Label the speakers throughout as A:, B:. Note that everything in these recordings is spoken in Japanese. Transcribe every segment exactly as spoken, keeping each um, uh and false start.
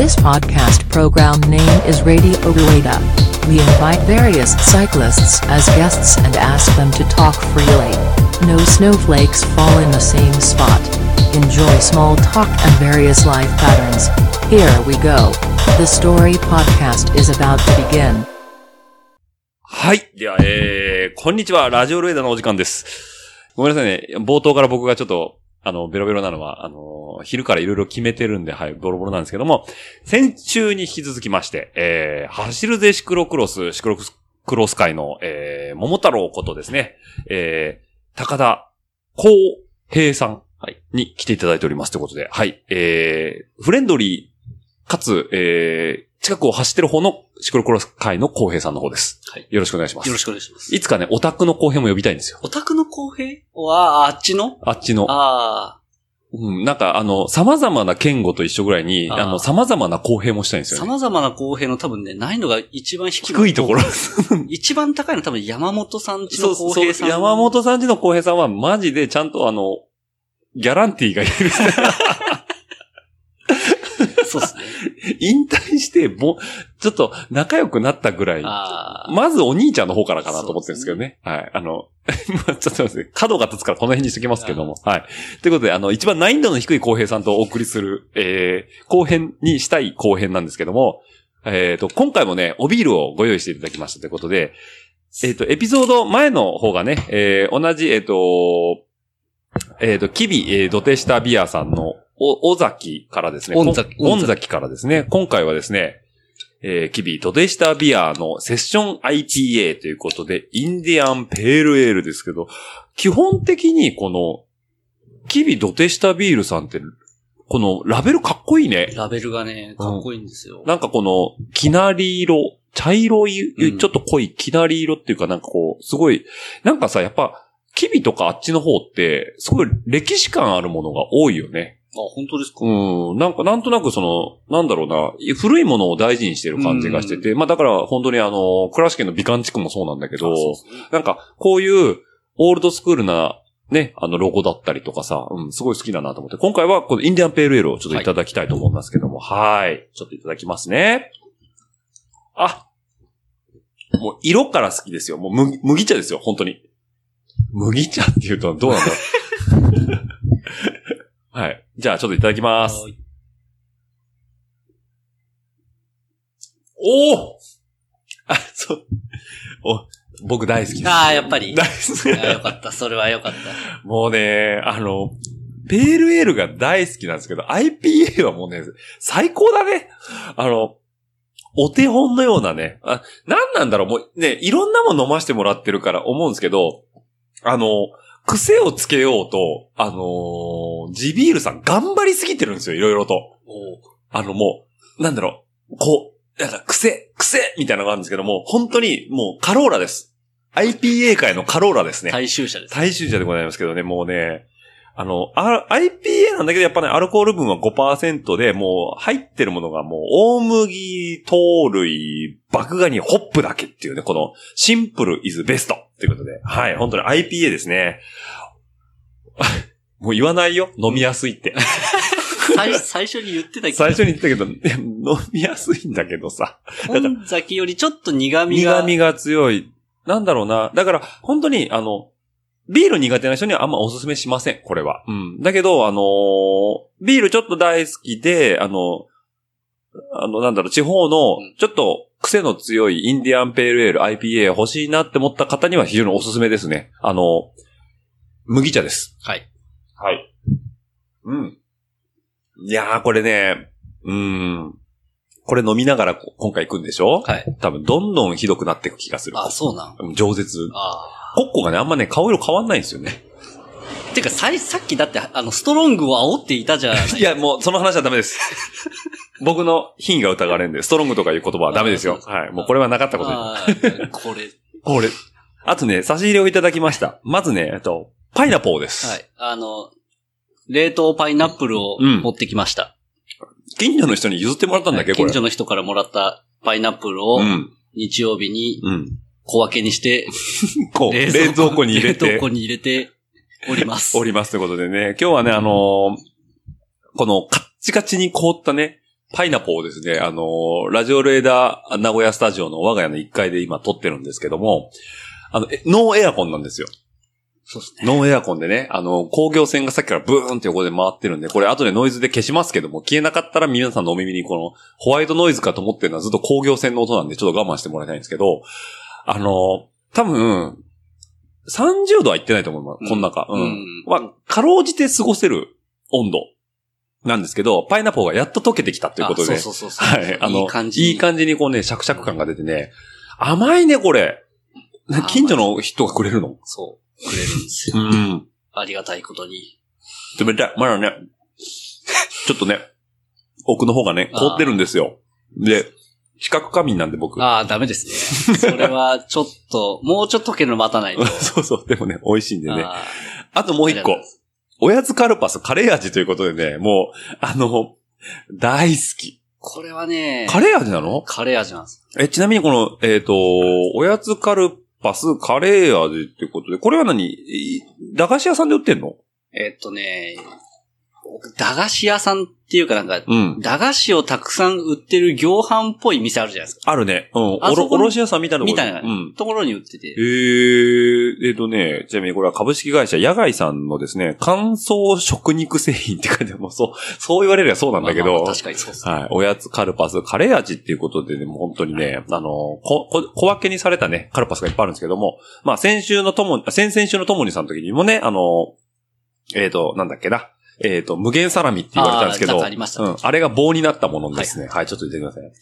A: This podcast program name is Radio Rueda. We invite various cyclists as guests and ask them to talk freely. No snowflakes fall in the same spot. Enjoy small talk and various life patterns. Here we go. The story podcast is about to begin.
B: はい。では、えー、こんにちは。ラジオルエダのお時間です。ごめんなさいね。冒頭から僕がちょっと、あの、ベロベロなのは、あの、昼からいろいろ決めてるんで、はい、ボロボロなんですけども、先週に引き続きまして、えー、走るぜシクロクロス、シクロクロス界の、えー、桃太郎ことですね、えー、高田光平さんに来ていただいておりますということで、はい、えー、フレンドリー、かつ、えー、近くを走ってる方のシクロクロス界の公平さんの方です。はい。よろしくお願いします。
C: よろしくお願いします。
B: いつかね、オタクの公平も呼びたいんですよ。
C: オタクの公平は、あっちの
B: あっちの。
C: ああ。
B: うん、なんかあの、様々な剣吾と一緒ぐらいに、あ, あの、様々な公平もしたいんですよね。
C: 様々な公平の多分ね、難易度が一番低い。
B: 低いところ。
C: 一番高いの多分山本さんちの公平さん。
B: そうそう、山本さんちの公平さんはマジでちゃんとあの、ギャランティーがいる。
C: そうですね。
B: 引退して、もちょっと仲良くなったぐらい。まずお兄ちゃんの方からかなと思ってるんですけどね。ねはい。あの、ちょっと待って、角が立つからこの辺にしときますけども。はい。ということで、あの、一番難易度の低い後編さんとお送りする、えー、後編にしたい後編なんですけども、えっと、今回もね、おビールをご用意していただきましたということで、えっと、エピソード前の方がね、えー、同じ、えっと、えっと、キビ、えー、ドテシタビアさんの、お、尾崎からですね。
C: 尾崎。
B: 尾崎からですね。今回はですね、えー、キビ、ドテシタビアのセッション アイピーエー ということで、インディアンペールエールですけど、基本的にこの、キビ、ドテシタビールさんって、このラベルかっこいいね。
C: ラベルがね、かっこいいんですよ。
B: うん、なんかこの、きなり色、茶色い、うん、ちょっと濃いきなり色っていうかなんかこう、すごい、なんかさ、やっぱ、キビとかあっちの方って、すごい歴史感あるものが多いよね。
C: あ、本当ですか？
B: うん。なんか、なんとなくその、なんだろうな、古いものを大事にしてる感じがしてて、まあだから本当にあの、倉敷県の美観地区もそうなんだけど、ね、なんか、こういうオールドスクールな、ね、あの、ロゴだったりとかさ、うん、すごい好きだなと思って、今回はこのインディアンペールエールをちょっといただきたいと思いますけども、はい。はい。ちょっといただきますね。あ、もう色から好きですよ。もう麦、麦茶ですよ、本当に。麦茶って言うとどうなんだろう。はい。じゃあ、ちょっといただきます。おおあ、そう。お、僕大好きです。
C: ああ、やっぱり。
B: 大好き。
C: よかった。それはよかった。
B: もうね、あの、ペールエールが大好きなんですけど、アイピーエー はもうね、最高だね。あの、お手本のようなね。あ、なんなんだろう、もうね、いろんなもの飲ませてもらってるから思うんですけど、あの、癖をつけようと、あのー、地ビールさん頑張りすぎてるんですよ、いろいろと。あのもう、なんだろう、こう、なんか癖、癖みたいなのがあるんですけども、本当にもうカローラです。アイピーエー 界のカローラですね。
C: 大衆車です、
B: ね。大衆車でございますけどね、もうね、あの、アイピーエー なんだけどやっぱね、アルコール分は ごパーセント で、もう入ってるものがもう大麦、糖類、麦芽にホップだけっていうね、このシンプルイズベストということで、はい、本当に アイピーエー ですね。もう言わないよ、飲みやすいって。
C: 最, 最初に言ってたけど。
B: 最初に言ったけど、飲みやすいんだけどさ。
C: 本崎よりちょっと苦味が。
B: 苦味が強い。なんだろうな。だから、本当に、あの、ビール苦手な人にはあんまおすすめしません、これは。うん。だけど、あのー、ビールちょっと大好きで、あの、あの、なんだろう、地方の、ちょっと癖の強いインディアンペールエール、アイピーエー 欲しいなって思った方には非常におすすめですね。あの、麦茶です。
C: はい。
B: はい。うん。いやー、これね、うーん。これ飲みながら今回行くんでしょ？
C: はい。
B: 多分どんどんひどくなっていく気がする。
C: あ、そうなん。
B: 饒舌。
C: ああ。
B: コッコがね、あんまね、顔色変わんないんですよね。
C: てか、さ、さっきだって、あの、ストロングを煽っていたじゃない。
B: いや、もう、その話はダメです。僕の品位が疑われるんで、ストロングとかいう言葉はダメですよ。はい。もうこれはなかったこと
C: です。これ。
B: これ。あとね、差し入れをいただきました。まずね、えっと、パイナポーです。
C: はい。あの、冷凍パイナップルを持ってきました。
B: うん、近所の人に譲ってもらったんだっけ、はい、これ。
C: 近所の人からもらったパイナップルを、日曜日に、小分けにして、
B: こう、冷蔵庫に入れて。
C: 冷凍庫に入れております。
B: おりますということでね、今日はね、あのー、このカッチカチに凍ったね、 パイナポーをですね、あのー、ラジオレーダー名古屋スタジオの我が家のいっかいで今撮ってるんですけども、あの、ノーエアコンなんですよ。
C: そうですね。
B: ノーエアコンでね、あの、光合線がさっきからブーンって横で回ってるんで、これ後でノイズで消しますけども、消えなかったら皆さんのお耳にこのホワイトノイズかと思ってるのはずっと光合線の音なんでちょっと我慢してもらいたいんですけど、あの、多分、さんじゅうどはいってないと思います、うん、この中。うん。うん、まあ、かろうじて過ごせる温度。なんですけど、パイナポーがやっと溶けてきたということで。
C: そうそうそうそう。
B: はい。あの、
C: いい感じ。
B: いい感じにこうね、シャクシャク感が出てね、甘いね、これ。近所の人がくれるの？
C: そう。くれるんですよ。
B: うん。
C: ありがたいことに。
B: 冷たい。まだね、ちょっとね、奥の方がね、凍ってるんですよ。で、四角過敏なんで僕。
C: ああ、ダメですね。それはちょっと、もうちょっと溶けるの待たないと。
B: そうそう。でもね、美味しいんでね。あ, あともう一個。おやつカルパスカレー味ということでね、もう、あの、大好き。
C: これはね、
B: カレー味なの？
C: カレー味なんです。
B: え、ちなみにこの、えっと、おやつカルパスカレー味っていうことで、これは何？駄菓子屋さんで売ってんの？
C: えっとね、駄菓子屋さんっていうかなんか、
B: うん、
C: 駄菓子をたくさん売ってる業販っぽい店あるじゃないですか。
B: あるね。うん。おろ、おろし屋さんみたいなところ。
C: みたいな、うん、ところに売ってて。
B: へー。えっとね、ちなみにこれは株式会社野外さんのですね、乾燥食肉製品って書いてある。もうそう、そう言われればそうなんだけど。まあまあ
C: まあ確かにそうですね。
B: はい。おやつカルパス、カレー味っていうことでね、もう本当にね、あの、こ、こ、小分けにされたね、カルパスがいっぱいあるんですけども、まあ先週のとも、先々週のともにさんの時にもね、あの、えっと、なんだっけな。えっと、無限サラミって言われたんですけど、
C: あ, あ, りましたね、
B: うん。あれが棒になったものですね。はい、はい、ちょっと言ってください。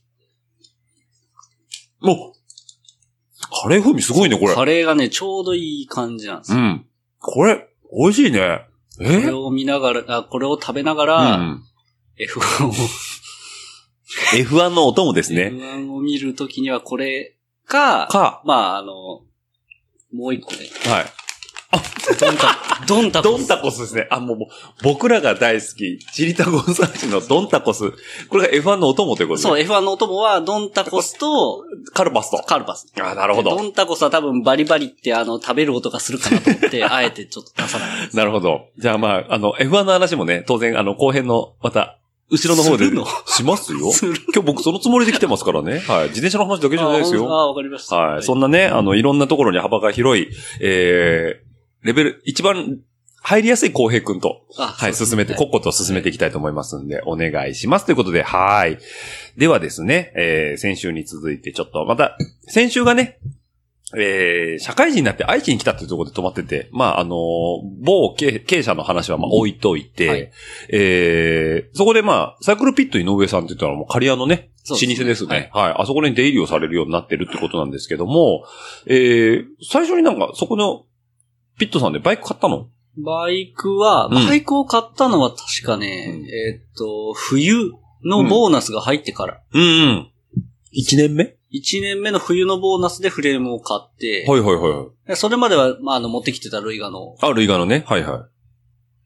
B: もう、カレー風味すごいね、これ。
C: カレーがね、ちょうどいい感じなんですよ。
B: うん。これ、美味しいね。え
C: これを見ながら、あ、これを食べながら、うん、エフワン を。
B: エフワン のお供ですね。
C: エフワン を見るときにはこれか、
B: か、
C: まあ、あの、もう一個ね。
B: はい。
C: あ、ドンタ、ドンタコス。
B: ドンタコスですね。あ、もう、もう僕らが大好き、チリタゴンサーチのドンタコス。これが エフワン のお供ということですね。
C: そう、エフワン のお供は、ドンタコスと、
B: カルパスと。
C: カルパス。
B: あ、なるほど。
C: ドンタコスは多分バリバリってあの、食べる音がするかなと思って、あえてちょっと出さない。
B: なるほど。じゃあまあ、あの、エフワン の話もね、当然、あの、後編の、また、後ろの方で。
C: するの？
B: しますよ。今日僕そのつもりで来てますからね。はい。自転車の話だけじゃないですよ。
C: ああ、わかりました。
B: はい。はい、そんなね、あの、いろんなところに幅が広い、えー、レベル、一番入りやすい浩平くんと、はい、進めて、コッコと進めていきたいと思いますんで、お願いします。ということで、はい。ではですね、えー、先週に続いてちょっと、また、先週がね、えー、社会人になって愛知に来たっていうところで止まってて、まあ、あのー、某経営者の話はまあ置いといて、はい、えー、そこでまあ、サイクルピット井上さんって言ったらもう刈谷のね、老舗ですね。はい、はい。あそこに出入りをされるようになってるってことなんですけども、えー、最初になんかそこのピットさんでバイク買ったの？
C: バイクは、バイクを買ったのは確かね、うん、えー、っと、冬のボーナスが入ってから。
B: うん、うん、うん。一年目？
C: 一年目の冬のボーナスでフレームを買って。
B: はいはいはい。
C: それまでは、まあ、あの、持ってきてたルイガの。
B: あ、ルイガのね。はいはい。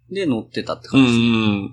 C: で、乗ってたって感じですね。
B: うん。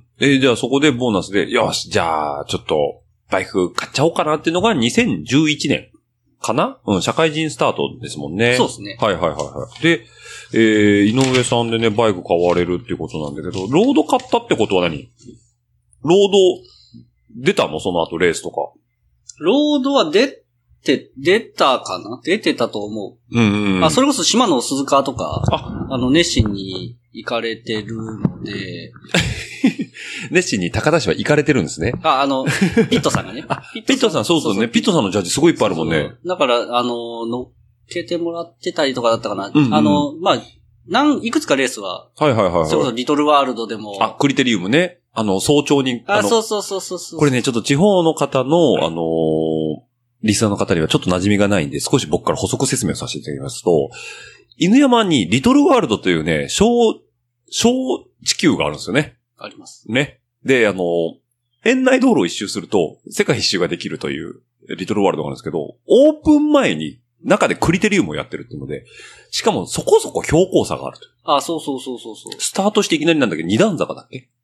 B: えー、じゃあそこでボーナスで、よし、じゃあ、ちょっと、バイク買っちゃおうかなっていうのがにせんじゅういちねんかな？うん、社会人スタートですもんね。
C: そうですね。
B: はいはいはいはい。で、えー、井上さんでね、バイク買われるっていうことなんだけど、ロード買ったってことは何？ロード、出たの？その後レースとか。
C: ロードは出て、出たかな？出てたと思
B: う。うんうん。
C: あ、それこそ島野鈴鹿とか、あ, あの、熱心に行かれてるので。
B: 熱心に高田市は行かれてるんですね。
C: あ、あの、ピットさんがね。
B: あ、ピットさん、そうそうね。そうそうピットさんのジャージすごいいっぱいあるもんね。そうそう
C: だから、あの、乗っけてもらってたりとかだったかな。うんうん、あの、まあ、なんいくつかレースは。
B: はいはいはい、はい。
C: それこそリトルワールドでも。
B: あ、クリテリウムね。あの、早朝に。
C: あ、あそうそうそうそうそう。
B: これね、ちょっと地方の方の、あのー、リスナーの方にはちょっと馴染みがないんで、少し僕から補足説明をさせていただきますと、犬山にリトルワールドというね、小、小地球があるんですよね。
C: あります。
B: ね。で、あの、園内道路を一周すると、世界一周ができるというリトルワールドがあるんですけど、オープン前に中でクリテリウムをやってるっていうので、しかもそこそこ標高差があると。
C: あ、そうそうそうそうそう。
B: スタートしていきなりなんだけど、二段坂だっけ？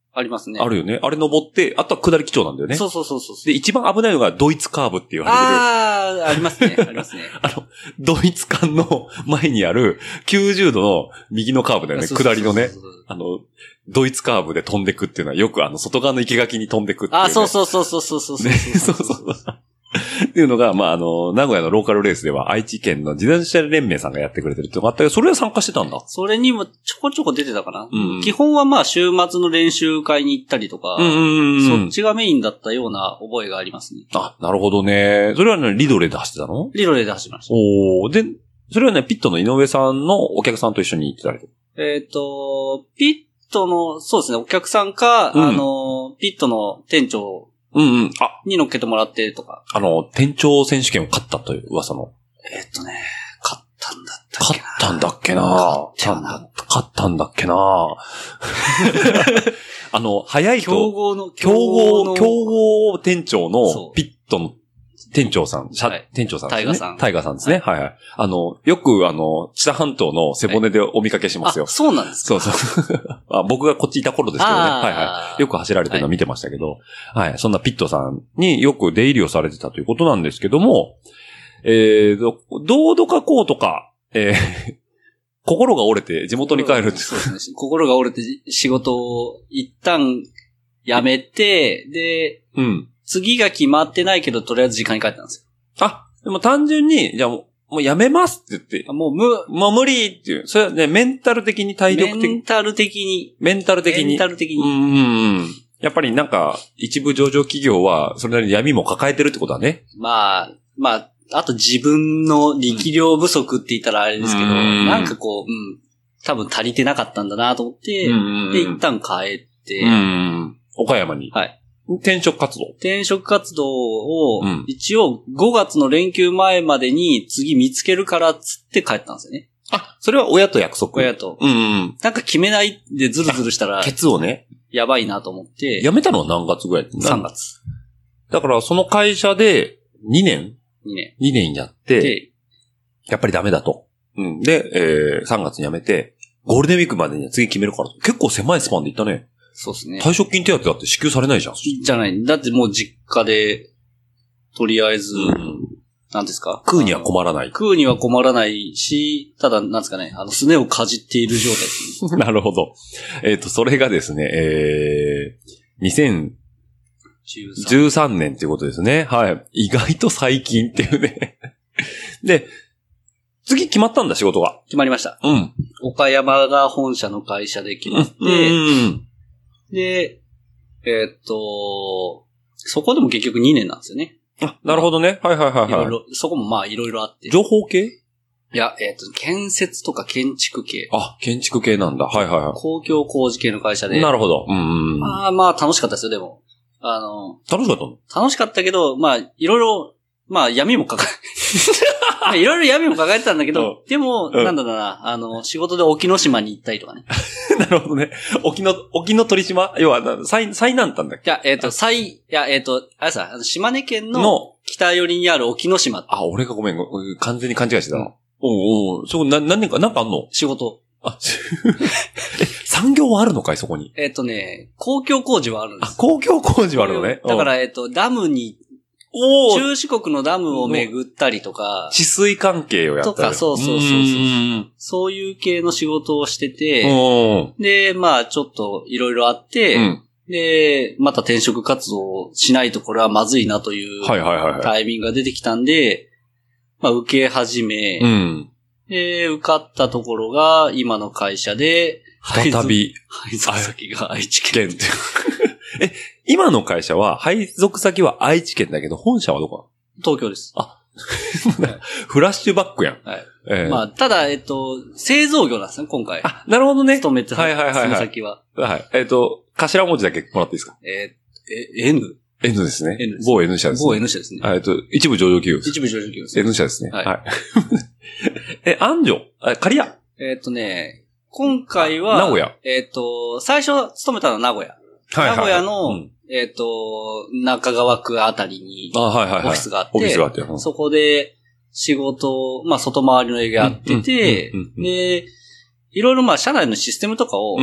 C: ありますね。
B: あるよね。あれ登って、あとは下り基調なんだよね。
C: そうそうそうそう。
B: で、一番危ないのがドイツカーブって言われてる。
C: ああ、ありますね。ありますね。
B: あの、ドイツ艦の前にあるきゅうじゅうどの右のカーブだよね。下りのね。あの、ドイツカーブで飛んでくっていうのはよくあの、外側の生垣に飛んでくっていう、ね。
C: あ、そうそうそうそうそうそうそう。
B: ね、そうそうそう。っていうのが、まあ、あの、名古屋のローカルレースでは愛知県の自転車連盟さんがやってくれてるっていうのがあったけど、それは参加してたんだ。
C: それにもちょこちょこ出てたかな。
B: うん、
C: 基本はまあ週末の練習会に行ったりとか、
B: うんうんうん、
C: そっちがメインだったような覚えがありますね。
B: あ、なるほどね。それはね、リドレーで走ってたの？
C: リドレーで走りました。
B: おー。で、それはね、ピットの井上さんのお客さんと一緒に行ってたりとか。
C: えっと、ピットの、そうですね、お客さんか、うん、あの、ピットの店長、
B: うんうん。あ。
C: に乗っけてもらってとか。
B: あの、店長選手権を勝ったという噂の。
C: えっとね、勝ったんだったっけな。
B: 勝ったんだっけな。
C: 勝ったんだ。
B: 勝ったんだっけな。あの、早いと。
C: 競合の、
B: 競合、競合店長のピットの店長さん、はい、店長さんですね。タイガさん。タイガさんですね。はい、はい、はい。あの、よくあの、知多半島の背骨でお見かけしますよ。
C: はい、あ、そうなんですか。
B: そうそうあ。僕がこっちいた頃ですけどね。はいはい。よく走られてるのを見てましたけど、はい、はい。そんなピットさんによく出入りをされてたということなんですけども、えーと、どうとかこうとか、えー、心が折れて地元に帰るって。
C: そうですね。心が折れて仕事を一旦辞めて、で、
B: うん。
C: 次が決まってないけど、とりあえず時間に帰ったんです
B: よ。あ、でも単純に、じゃあもう、もうやめますって言って。
C: もう無、
B: もう無理っていう。それはね、メンタル的に体力的に。
C: メンタル的に。
B: メンタル的に。
C: メンタル的に。
B: うんうんうん。やっぱりなんか、一部上場企業は、それなりに闇も抱えてるってことだね。
C: まあ、まあ、あと自分の力量不足って言ったらあれですけど、うん、なんかこう、うん、多分足りてなかったんだなと思って、うん、で、一旦帰って、
B: うん、岡山に。
C: はい。
B: 転職活動
C: 転職活動を、一応ごがつの連休前までに次見つけるからっつって帰ったんですよね。
B: あ、それは親と約束？
C: 親と。
B: うんうん。
C: なんか決めないでズルズルしたら、
B: ケツをね。
C: やばいなと思って。
B: 辞めたのは何月ぐらい？
C: さんがつ。
B: だからその会社でにねん ?
C: に 年。
B: にねんやって、やっぱりダメだと。うん。で、えー、さんがつに辞めて、ゴールデンウィークまでに次決めるから。結構狭いスパンでいったね。
C: そうですね。
B: 退職金手当だって支給されないじゃん。
C: じゃない。だってもう実家で、とりあえず、うん、なんですか。
B: 食うには困らない。
C: 食うには困らないし、ただ、なんですかね、あの、すねをかじっている状態。
B: なるほど。えっと、それがですね、えー、にせんじゅうさんねんっていうことですね。はい。意外と最近っていうね。で、次決まったんだ、仕事が。
C: 決まりました。
B: うん。
C: 岡山が本社の会社で決まって、うんうんで、えー、っと、そこでも結局にねんなんですよね。
B: あ、なるほどね。はいはいはいはい。い
C: ろいろ、そこもまあいろいろあって。
B: 情報系？い
C: や、えー、っと、建設とか建築系。
B: あ、建築系なんだ。はいはいはい。
C: 公共工事系の会社で。
B: なるほど。うんうん。
C: まあまあ楽しかったですよ、でも。あの、
B: 楽しかったの？
C: 楽しかったけど、まあいろいろ、まあ闇も抱え、いろいろ闇も抱えてたんだけど、うん、でも、うん、なんだろうな、あの、仕事で沖ノ島に行ったりとかね。
B: なるほどね。沖の、沖の鳥島要は、最、最南端だっけ？
C: いや、えっ、ー、と、最、いや、えっ、ー、と、あれさ、島根県の北寄りにある沖ノ島。
B: あ、俺がごめん、完全に勘違いしてたな。おうおう、そこ、な、何年か、なんかあんの？
C: 仕事。
B: あ、え、産業はあるのかい、そこに。
C: えっ、ー、とね、公共工事はあるんです。
B: あ、公共工事はあるのね。
C: だから、えっ、ー、と、ダムに、お中四国のダムを巡ったりとか。
B: 治水関係をやったりと
C: か、そうそうそうそう。うそういう系の仕事をしてて、で、まあちょっといろいろあって、うん、で、また転職活動をしないとこれはまずいなというタイミングが出てきたんで、まあ受け始め、
B: うん、
C: で、受かったところが今の会社で、
B: 再び、
C: 配属先が愛知県。
B: え、今の会社は、配属先は愛知県だけど、本社はどこ？
C: 東京です。
B: あ、フラッシュバックやん。
C: はい。えー、まあ、ただ、えっと、製造業なんですね、今回。
B: あ、なるほどね。
C: 勤めてた。
B: はいはいはい、はい。
C: その先は。
B: はい。えっと、頭文字だけもらっていいですか？
C: えー、え、N？N
B: N ですね。
C: N です。
B: 某 N 社ですね。
C: 某 N 社ですね。
B: えっと、一部上場企業です。
C: 一部上場企業です、ね。
B: N 社ですね。
C: はい。
B: はい、え、安城あ、刈谷
C: えっとね、今回は、
B: 名古屋。
C: えっと、最初勤めたのは名古屋。はいはいはい、名古屋の、うん、えっと、中川区あたりに、オフィスがあって、
B: オフィスがあって、
C: そこで仕事、まあ、外回りの営業やってて、で、いろいろまあ、社内のシステムとかを、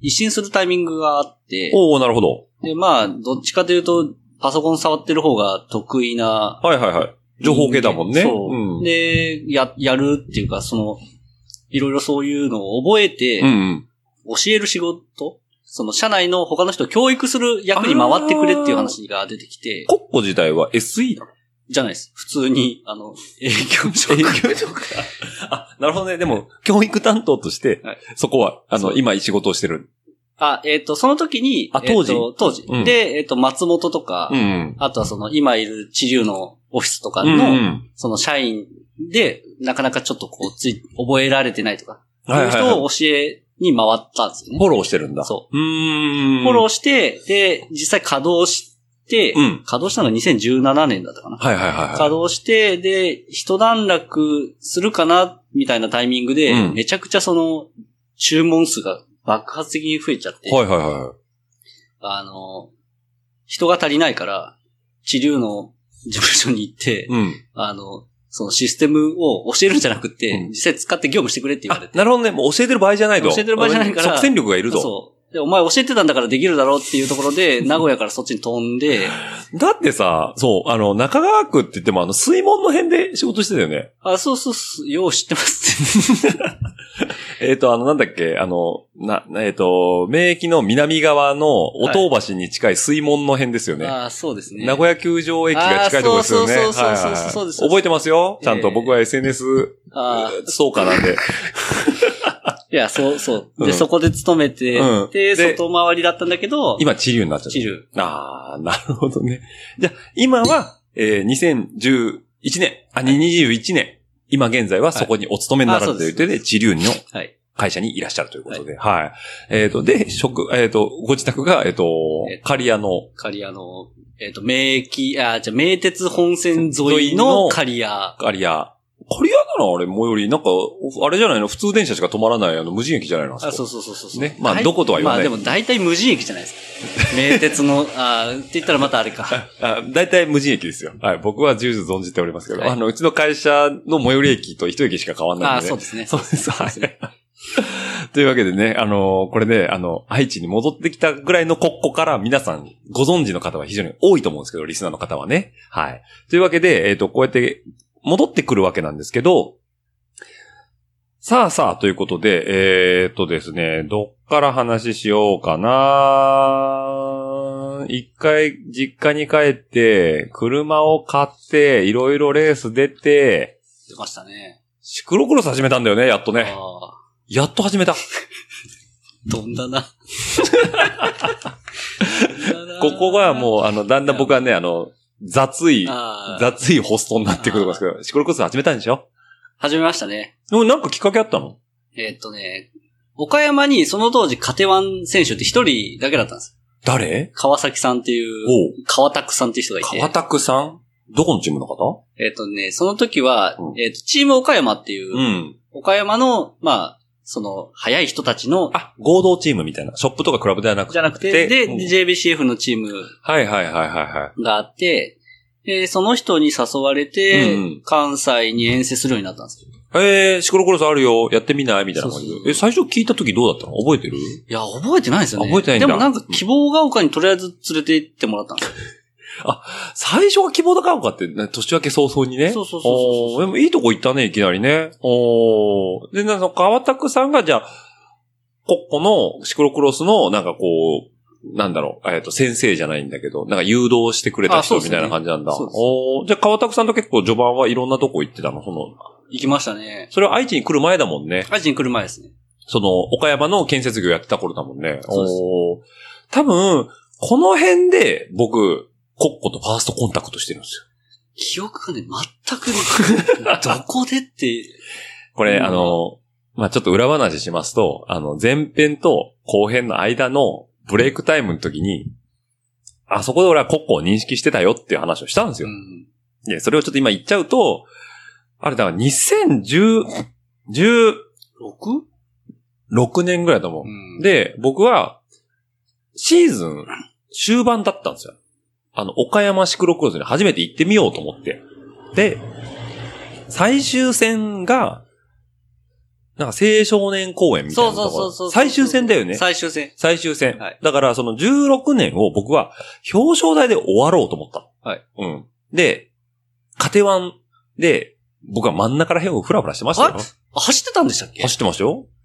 C: 一新するタイミングがあって。
B: おー、なるほど。
C: で、まあ、どっちかというと、パソコン触ってる方が得意な。
B: はいはいはい。情報系だもんね。
C: そう。うん、で、や、やるっていうか、その、いろいろそういうのを覚えて、うんうん、教える仕事その社内の他の人を教育する役に回ってくれっていう話が出てきて。
B: コッコ自体は エスイー なの？
C: じゃないです。普通に、あの、営業職。営業職か。
B: あ、なるほどね。でも、教育担当として、はい、そこは、あの、今仕事をしてる。
C: あ、えっ、ー、と、その時に、
B: あ、当時、え
C: ー、当時、うん。で、えっ、ー、と、松本とか、うんうん、あとはその、今いる地流のオフィスとかの、うんうん、その社員で、なかなかちょっとこう、つい、覚えられてないとか、そういう人を教えに回ったんですよね。
B: フォローしてるんだ。
C: そう。うーん。フォローして、で、実際稼働して、うん、稼働したのがにせんじゅうななねんだったかな。
B: はいはいはい、はい。
C: 稼働して、で、一段落するかな、みたいなタイミングで、うん、めちゃくちゃその、注文数が爆発的に増えちゃって。
B: はいはいはい。
C: あの、人が足りないから、地流の事務所に行って、うん、あの、そのシステムを教えるんじゃなくて、うん、実際使って業務してくれって言われて。
B: なるほどね。もう教えてる場合じゃないと。
C: 教えてる場合じゃないから。
B: 即戦力がいると。
C: そう。で、お前教えてたんだからできるだろうっていうところで、名古屋からそっちに飛んで。
B: だってさ、そう、あの、中川区って言ってもあの、水門の辺で仕事してたよね。
C: あ、そうそうそう、よう知ってます。
B: えっと、あの、なんだっけ、あの、な、えっと、名駅の南側の音尾橋に近い水門の辺ですよね。
C: はい、ああ、そうですね。
B: 名古屋球場駅が近いところですよね。
C: そうそうそうそうそうです。
B: 覚えてますよ。ちゃんと僕は エスエヌエス、そうかなんで。
C: いや、そうそう。で、うん、そこで勤めて、うん、で、外回りだったんだけど。
B: 今、地流になっちゃった。
C: 地流。
B: ああ、なるほどね。じゃあ、今は、えー、にせんじゅういちねん、あ、にじゅういちねん。今現在はそこにお勤めになられているというで、地流の会社にいらっしゃるということで。はい。はい、えっ、ー、と、で、職、えっ、ー、と、ご自宅が、えっ、ー、と、刈谷の。
C: 刈谷の、えっ、ー、と、名駅、あ、じゃ名鉄本線沿いの刈谷。
B: 刈谷。刈谷だな、あれ、最寄り。なんか、あれじゃないの普通電車しか止まらない、あの、無人駅じゃないのあ、
C: そうそうそうそう。
B: ね。まあ、どことは言わない。
C: まあ、でも大体無人駅じゃないですか。名鉄の、あって言ったらまたあれか。
B: あ大体無人駅ですよ。はい。僕は重々存じておりますけど、はい、あの、うちの会社の最寄り駅と一駅しか変わんないんで、ね。
C: あ、そうですね。
B: そうです。はい。というわけでね、あの、これね、あの、愛知に戻ってきたぐらいの国庫から皆さんご存知の方は非常に多いと思うんですけど、リスナーの方はね。はい。というわけで、えっと、こうやって戻ってくるわけなんですけど、さあさあ、ということで、えー、っとですね、どっから話しようかな。一回実家に帰って、車を買って、いろいろレース出て、
C: 出ましたね。
B: シクロクロス始めたんだよね、やっとね。あやっと始めた。
C: 飛んだな。
B: ここがもう、あの、だんだん僕はね、あの、雑い、雑いホストになってくるんですけど、シクロクロス始めたんでしょ？
C: 始めましたね。
B: でもなんかきっかけあったの？
C: えー、っとね、岡山にその当時カテワン選手って一人だけだったんです。
B: 誰？
C: 川崎さんっていう、川拓さんっていう人がいて。
B: 川拓さん？どこのチームの方？
C: えー、っとね、その時は、うん、えー、っと、チーム岡山っていう、うん、岡山の、まあ、その、早い人たちの、
B: あ、合同チームみたいな。ショップとかクラブではなくて。
C: じゃなくて、で、うん、ジェイビーシーエフ のチーム。
B: はいはいはいはいはい。
C: があって、で、その人に誘われて、うん、関西に遠征するようになったんですよ。
B: えー、シクロクロスあるよ、やってみないみたいな感じで。そうそうそうえ、最初聞いた時どうだったの？覚えてる？
C: いや、覚えてないですよね。
B: 覚えてないんだ。
C: でもなんか希望が丘にとりあえず連れて行ってもらったんですよ。
B: あ、最初は希望が丘って、ね、年明け早々にね。
C: そうそうそうそう。
B: でもいいとこ行ったね、いきなりね。おで、なんか川拓さんがじゃあ、コッコのシクロクロスのなんかこう、なんだろう、えっと、先生じゃないんだけど、なんか誘導してくれた人みたいな感じなんだ。そうですね。おじゃあ川拓さんと結構序盤はいろんなとこ行ってたの？その
C: 行きましたね。
B: それは愛知に来る前だもんね。
C: 愛知に来る前ですね。
B: その、岡山の建設業やってた頃だもんね。そうです。お多分、この辺で僕、コッコとファーストコンタクトしてるんですよ。
C: 記憶がね、全く、どこでって。
B: これ、うん、あの、まあ、ちょっと裏話しますと、あの、前編と後編の間のブレイクタイムの時に、あそこで俺はコッコを認識してたよっていう話をしたんですよ。うん、で、それをちょっと今言っちゃうと、あれだからにせんじゅう、じゅうろく? ろくねんぐらいだもん。うん、で、僕は、シーズン終盤だったんですよ。あの、岡山シクロクロスに初めて行ってみようと思って。で、最終戦が、 なんか青少年公演みたいなところ。
C: そうそうそうそう。
B: 最終戦だよね。
C: 最終戦。
B: 最終戦。
C: はい。
B: だからそのじゅうろくねんを僕は表彰台で終わろうと思った。
C: はい。
B: うん。で、カテワンで僕は真ん中ら辺をフラフラしてましたよ。
C: あ、走ってたんでしたっけ？
B: 走ってましたよ。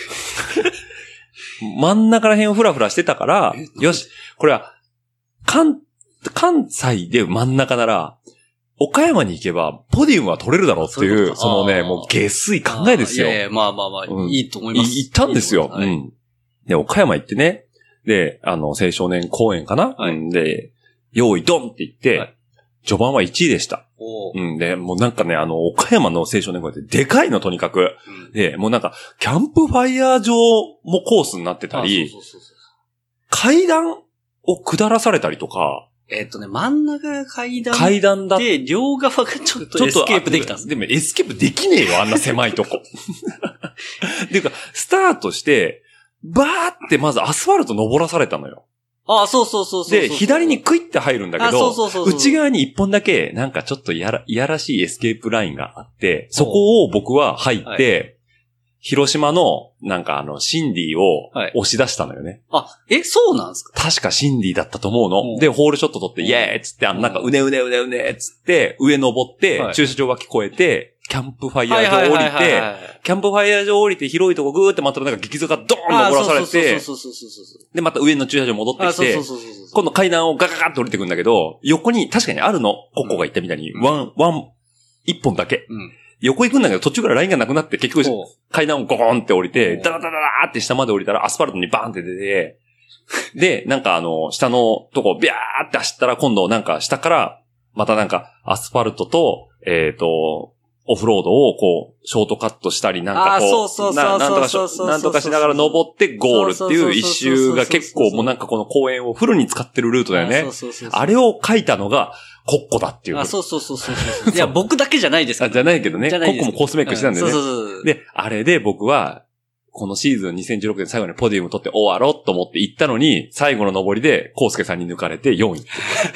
B: 真ん中ら辺をフラフラしてたから、よし、これは、関、関西で真ん中なら、岡山に行けば、ポディウムは取れるだろうっていう、そういうそのね、もう下水考えですよ。
C: いやいや、まあまあまあ、うん、いいと思います。
B: 行ったんですよ。はい、うん。で、岡山行ってね、で、あの、青少年公演かな、はい、で、用意ドンって言って、はい、序盤はいちいでした。うん。で、もうなんかね、あの、岡山の青少年公園ってでかいのとにかく。うん、で、もうなんか、キャンプファイヤー場もコースになってたり、そうそうそうそう、階段を下らされたりとか、
C: えっとね、真ん中が階段。
B: 階段だって。
C: で、両側がちょっとエスケープできたんです。
B: でもエスケープできねえよ、あんな狭いとこ。っていうか、スタートして、バーってまずアスファルト登らされたのよ。
C: ああ、そうそうそうそう。
B: で、左にクイって入るんだけど、そうそうそうそう、内側に一本だけ、なんかちょっとやら、いやらしいエスケープラインがあって、そこを僕は入って、はい、広島の、なんかあの、シンディを押し出したのよね。
C: はい、あ、え、そうなんですか？
B: 確かシンディだったと思うの。で、ホールショット取って、イエーイっつって、あの、なんかうねうねうねうねっつって、上登って、はい、駐車場脇越えて、キャンプファイヤー場降りて、キャンプファイヤー場降りて広いとこぐーってまたなんか激坂がドーン登らされて、で、また上の駐車場戻ってきて、今度階段をガガガッと降りてくんだけど、横に確かにあるの、コッコが言ったみたいに、ワン、ワン、一本だけ。うん横行くんだけど途中からラインがなくなって結局階段をゴーンって降りて、ダラダラダラって下まで降りたらアスファルトにバーンって出て、で、なんかあの、下のとこビャーって走ったら今度なんか下からまたなんかアスファルトと、えっと、オフロードをこう、ショートカットしたりなんかこう、なんとか、なんとかしながら登ってゴールっていう一周が結構もうなんかこの公園をフルに使ってるルートだよね。あれを書いたのが、コッコだっていう。
C: あ、そうそうそうそうそう。いや、僕だけじゃないですから、
B: ね。じゃないけどね。コッコもコースメイクしてたんだよね。そうそうそう。で、あれで僕は、このシーズンにせんじゅうろくねん最後にポディウム取って終わろうと思って行ったのに、最後の登りで、コウスケさんに抜かれてよんい。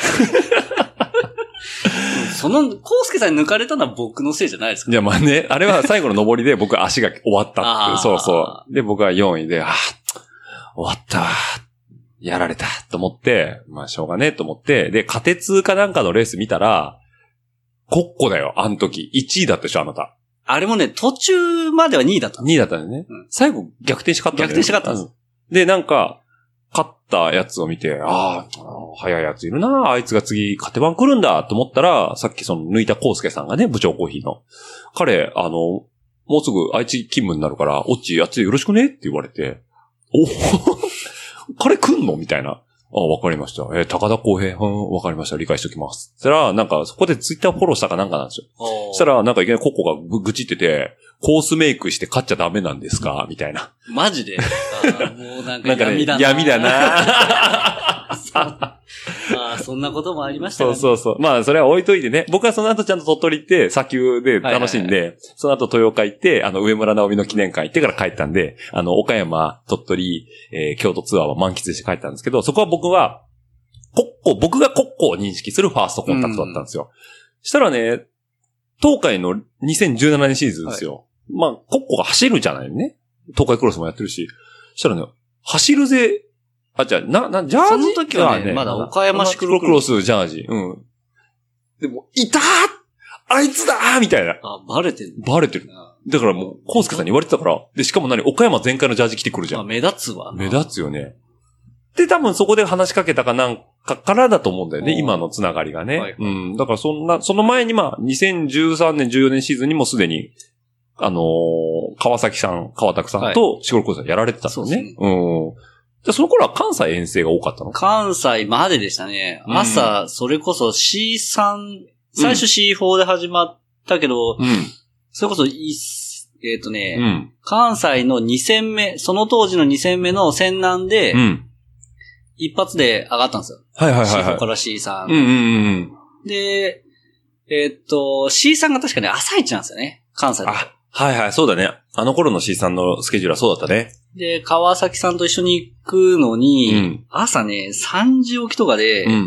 C: その、コウスケさんに抜かれたのは僕のせいじゃないですか。
B: いや、まあね、あれは最後の登りで僕足が終わったっていう。そうそう。で、僕はよんいで、ああ、終わったわ。やられたと思って、まあしょうがねえと思って、で、カテツかなんかのレース見たら、コッコだよ、あの時。いちいだったでしょ、あなた。
C: あれもね、途中まではにいだった。
B: にいだったんだよね。うん、最後逆転し勝ったんだよね。
C: 逆転し勝ったんです。
B: で、なんか、勝ったやつを見て、ああ、早いやついるな、あいつが次、カテバン来るんだと思ったら、さっきその抜いたコウスケさんがね、部長コーヒーの。彼、あの、もうすぐ愛知勤務になるから、オッチやつよろしくねって言われて、お彼来んのみたいな。ああ、わかりました。えー、高田公平、うん、わかりました。理解しておきます。そしたら、なんか、そこでツイッターフォローしたかなんかなんですよ。そしたら、なんかいきなりコッコがぐ、ぐちってて、コースメイクして勝っちゃダメなんですかみたいな。
C: マジであもうなんか闇だな。
B: なんかね、闇だな
C: まあ、そんなこともありましたね。
B: そうそうそう。まあ、それは置いといてね。僕はその後ちゃんと鳥取行って、砂丘で楽しんで、はいはいはい、その後豊岡行って、あの、上村直美の記念会行ってから帰ったんで、あの、岡山、鳥取、えー、京都ツアーは満喫して帰ったんですけど、そこは僕は、コッコ、僕がコッコを認識するファーストコンタクトだったんですよ。したらね、東海のにせんじゅうななねんシーズンですよ。はい、まあ、コッコが走るじゃないね。東海クロスもやってるし。したらね、走るぜ、あ、じゃあ、な、な、ジャージそ
C: の時はね、まだ岡山シクロ
B: クロスジャージ。うん。でも、いたーあいつだーみたいな。
C: あ、バレてる。
B: バレてる。だからもう、コウスケさんに言われてたから。で、しかも何岡山全開のジャージ着てくるじゃん。
C: あ、目立つわ。
B: 目立つよね。で、多分そこで話しかけたかなんかからだと思うんだよね。今のつながりがね。はい、うん。だからそんな、その前にまあ、にせんじゅうさんねん、じゅうよねんシーズンにもすでに、あのー、川崎さん、川拓さんと、シゴルコウさんやられてたんですね。はい、うん。じゃその頃は関西遠征が多かったの？
C: 関西まででしたね。朝、うん、それこそ シースリー、最初 シーフォー で始まったけど、うん、それこそ、えっ、ー、とね、うん、関西のに戦目、その当時のに戦目の戦南で、うん、一発で上がったんですよ。
B: はいはいはい、はい。
C: シーフォー から シースリー。
B: うんうんうん、
C: で、えっ、ー、と、シースリー が確かね、朝一なんですよね。関西で。
B: あ、はいはい、そうだね。あの頃の シースリー のスケジュールはそうだったね。
C: で、川崎さんと一緒に行くのに、うん、朝ね、さんじ起きとかで、うん、